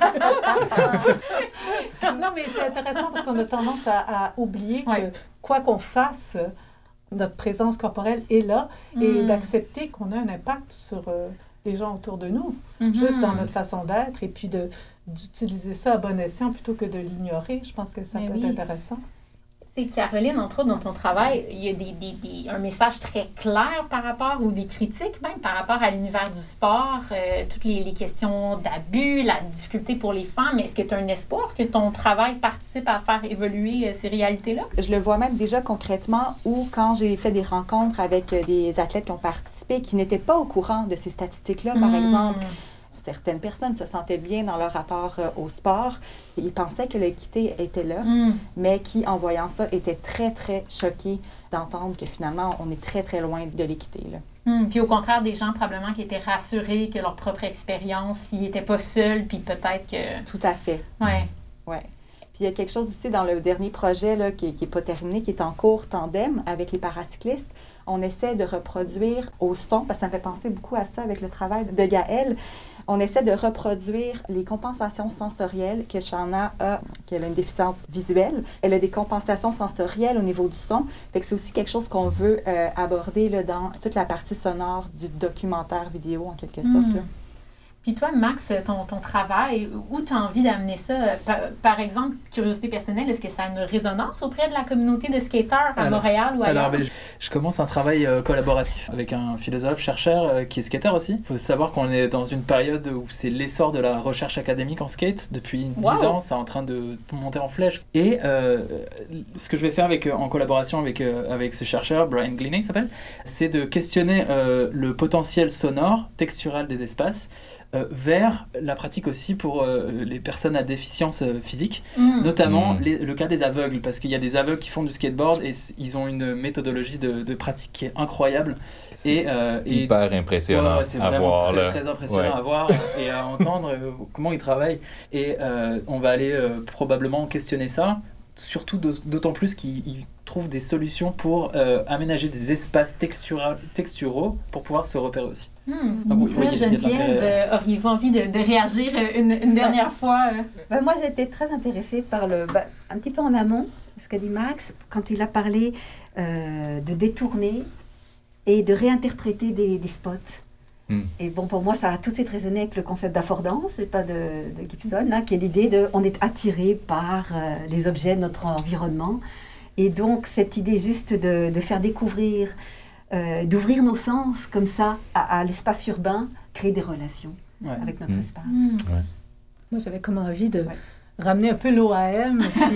S10: Non, mais c'est intéressant parce qu'on a tendance à, à oublier
S2: Ouais.
S10: que quoi qu'on fasse, notre présence corporelle est là et
S2: Mm.
S10: d'accepter qu'on a un impact sur euh, les gens autour de nous,
S2: Mhm.
S10: juste dans notre façon d'être, et puis de, d'utiliser ça à bon escient plutôt que de l'ignorer. Je pense que ça
S2: Mais
S10: peut
S2: oui.
S10: être intéressant.
S2: Tu sais, Caroline, entre autres, dans ton travail, il y a des, des- des- un message très clair par rapport, ou des critiques même, par rapport à l'univers du sport, euh, toutes les, les questions d'abus, la difficulté pour les femmes. Est-ce que tu as un espoir que ton travail participe à faire évoluer euh, ces réalités-là?
S12: Je le vois même déjà concrètement où, quand j'ai fait des rencontres avec euh, des athlètes qui ont participé, qui n'étaient pas au courant de ces statistiques-là, par
S2: Mm.
S12: exemple, certaines personnes se sentaient bien dans leur rapport euh, au sport. Ils pensaient que l'équité était là,
S2: Mm.
S12: mais qui, en voyant ça, étaient très, très choqués d'entendre que finalement, on est très, très loin de l'équité, là.
S2: Mm. Puis au contraire, des gens probablement qui étaient rassurés que leur propre expérience, ils n'étaient pas seuls, puis peut-être que...
S12: Tout à fait.
S2: Ouais.
S12: Ouais. Puis il y a quelque chose aussi dans le dernier projet là, qui n'est pas terminé, qui est en cours tandem avec les paracyclistes. On essaie de reproduire au son, parce que ça me fait penser beaucoup à ça avec le travail de Gaël. On essaie de reproduire les compensations sensorielles que Shana a, qu'elle a une déficience visuelle. Elle a des compensations sensorielles au niveau du son. Fait que c'est aussi quelque chose qu'on veut euh, aborder là, dans toute la partie sonore du documentaire vidéo, en quelque sorte.
S2: Mm.
S12: Là.
S2: Puis toi, Max, ton, ton travail, où tu as envie d'amener ça? Par, par exemple, curiosité personnelle, est-ce que ça a une résonance auprès de la communauté de skateurs à alors, Montréal ou ailleurs?
S11: Alors, ben, je, je commence un travail euh, collaboratif avec un philosophe, chercheur euh, qui est skater aussi. Il faut savoir qu'on est dans une période où c'est l'essor de la recherche académique en skate. Depuis dix wow. ans, c'est en train de monter en flèche. Et euh, ce que je vais faire avec, en collaboration avec, euh, avec ce chercheur, Brian Glennie s'appelle, c'est de questionner euh, le potentiel sonore, textural des espaces, Euh, vers la pratique aussi pour euh, les personnes à déficience euh, physique, mmh. notamment mmh. Les, le cas des aveugles, parce qu'il y a des aveugles qui font du skateboard et ils ont une méthodologie de, de pratique qui est incroyable.
S3: C'est
S11: et, euh,
S3: hyper et, impressionnant
S11: ouais, ouais, c'est
S3: à
S11: vraiment
S3: voir.
S11: Très,
S3: là.
S11: très impressionnant
S3: ouais.
S11: à voir et à entendre euh, comment ils travaillent. Et euh, on va aller euh, probablement questionner ça, surtout d'autant plus qu'ils trouvent des solutions pour euh, aménager des espaces textura- texturaux pour pouvoir se repérer aussi.
S2: Mmh. Donc, oui, oui, Geneviève, euh, auriez-vous envie de, de réagir une, une dernière fois? Euh?
S9: Ben, moi, j'ai été très intéressée par le... Ben, un petit peu en amont, ce qu'a dit Max, quand il a parlé euh, de détourner et de réinterpréter des, des spots. Mm. Et bon, pour moi, ça a tout de suite résonné avec le concept d'affordance, je pas de, de Gibson, là, qui est l'idée de... On est attiré par euh, les objets de notre environnement. Et donc, cette idée juste de, de faire découvrir... Euh, d'ouvrir nos sens comme ça à, à l'espace urbain, créer des relations ouais. avec notre mmh. espace. Mmh.
S10: Ouais. Moi, j'avais comme envie de ouais. ramener un peu l'O A M, puis,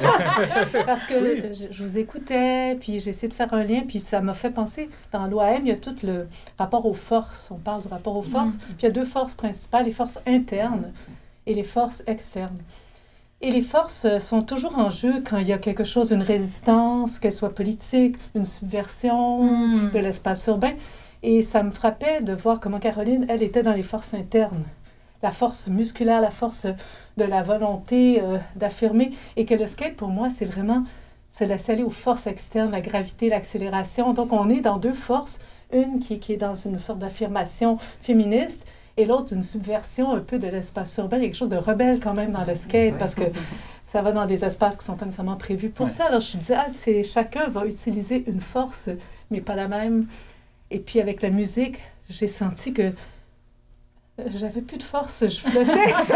S10: euh, parce que oui. je, je vous écoutais, puis j'ai essayé de faire un lien, puis ça m'a fait penser, dans l'O A M, il y a tout le rapport aux forces, on parle du rapport aux forces, mmh. puis il y a deux forces principales, les forces internes et les forces externes. Et les forces sont toujours en jeu quand il y a quelque chose, une résistance, qu'elle soit politique, une subversion mmh. de l'espace urbain. Et ça me frappait de voir comment Caroline, elle, était dans les forces internes. La force musculaire, la force de la volonté euh, d'affirmer. Et que le skate, pour moi, c'est vraiment se laisser aller aux forces externes, la gravité, l'accélération. Donc, on est dans deux forces. Une qui, qui est dans une sorte d'affirmation féministe, et l'autre, une subversion un peu de l'espace urbain. Il y a quelque chose de rebelle quand même dans le skate, parce que ça va dans des espaces qui ne sont pas nécessairement prévus pour ouais. ça. Alors, je me disais, ah, c'est, chacun va utiliser une force, mais pas la même. Et puis, avec la musique, j'ai senti que j'avais plus de force, je flottais.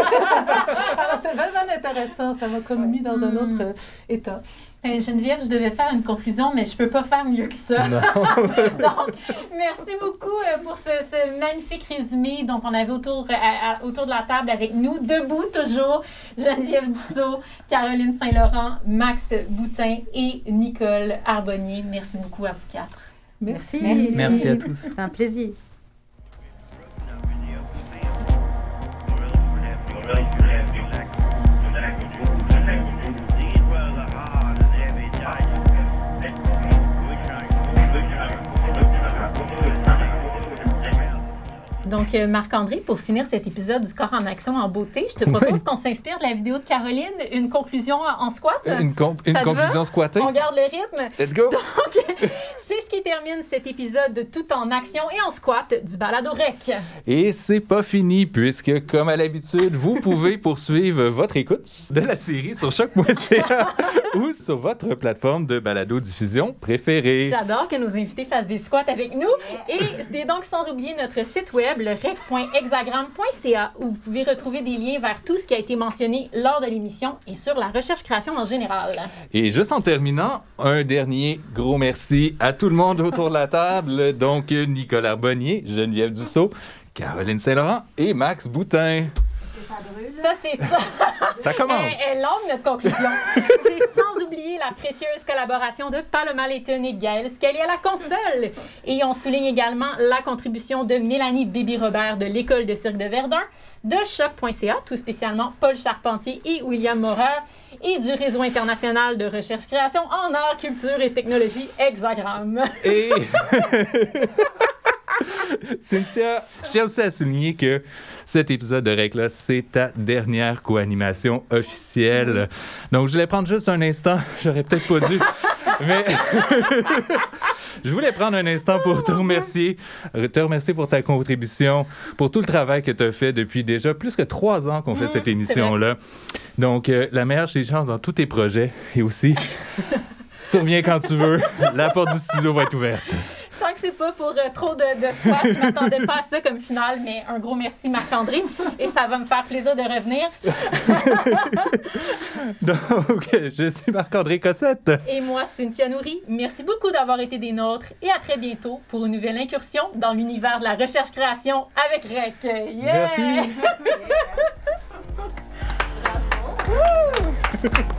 S10: Alors, c'est vraiment intéressant. Ça m'a comme mis dans un autre euh, état.
S2: Euh, Geneviève, je devais faire une conclusion, mais je ne peux pas faire mieux que ça. Donc, merci beaucoup euh, pour ce, ce magnifique résumé. Donc, on avait autour, à, à, autour de la table avec nous, debout toujours, Geneviève Dussault, Caroline Saint-Laurent, Max Boutin et Nicole Arbonnier. Merci beaucoup à vous quatre.
S9: Merci.
S11: Merci, merci à tous.
S9: C'est un plaisir.
S2: Donc, euh, Marc-André, pour finir cet épisode du Score en action en beauté, je te propose oui. qu'on s'inspire de la vidéo de Caroline. Une conclusion en squat?
S3: Une, com- une conclusion squattée?
S2: On garde le rythme.
S3: Let's go!
S2: Donc, c'est ce qui termine cet épisode tout en action et en squat du Balado Rec.
S3: Et c'est pas fini, puisque, comme à l'habitude, vous pouvez poursuivre votre écoute de la série sur choc point c a ou sur votre plateforme de balado-diffusion préférée.
S2: J'adore que nos invités fassent des squats avec nous. Et donc, sans oublier notre site web, le rec point hexagram point c a, où vous pouvez retrouver des liens vers tout ce qui a été mentionné lors de l'émission et sur la recherche-création en général.
S3: Et juste en terminant, un dernier gros merci à tout le monde autour de la table. Donc, Nicole Arbonnier, Geneviève Dussault, Caroline Saint-Laurent et Max Boutin.
S2: Ça, c'est ça.
S3: Ça commence.
S2: Elle est longue, notre conclusion. C'est sans oublier la précieuse collaboration de Paloma Layton et Gaël Skelly à la console. Et on souligne également la contribution de Mélanie Béby-Robert de l'École de cirque de Verdun, de choc point c a, tout spécialement Paul Charpentier et William Maurer, et du Réseau international de recherche-création en arts, culture et technologie, Hexagram.
S3: Et... Cynthia, je tiens aussi à souligner que cet épisode de Rec-là, c'est ta dernière co-animation officielle. Donc, je voulais prendre juste un instant. J'aurais peut-être pas dû, mais je voulais prendre un instant pour te remercier, te remercier pour ta contribution, pour tout le travail que tu as fait depuis déjà plus que trois ans qu'on fait mmh, cette émission-là. Donc, euh, la meilleure des chances dans tous tes projets et aussi, tu reviens quand tu veux. La porte du studio va être ouverte.
S2: Tant que c'est pas pour euh, trop de, de squat, je m'attendais pas à ça comme finale, mais un gros merci Marc-André et ça va me faire plaisir de revenir.
S3: Donc, je suis Marc-André Cossette.
S2: Et moi, Cynthia Nourry. Merci beaucoup d'avoir été des nôtres et à très bientôt pour une nouvelle incursion dans l'univers de la recherche-création avec R E C. Yeah!
S3: Merci.
S2: Bravo.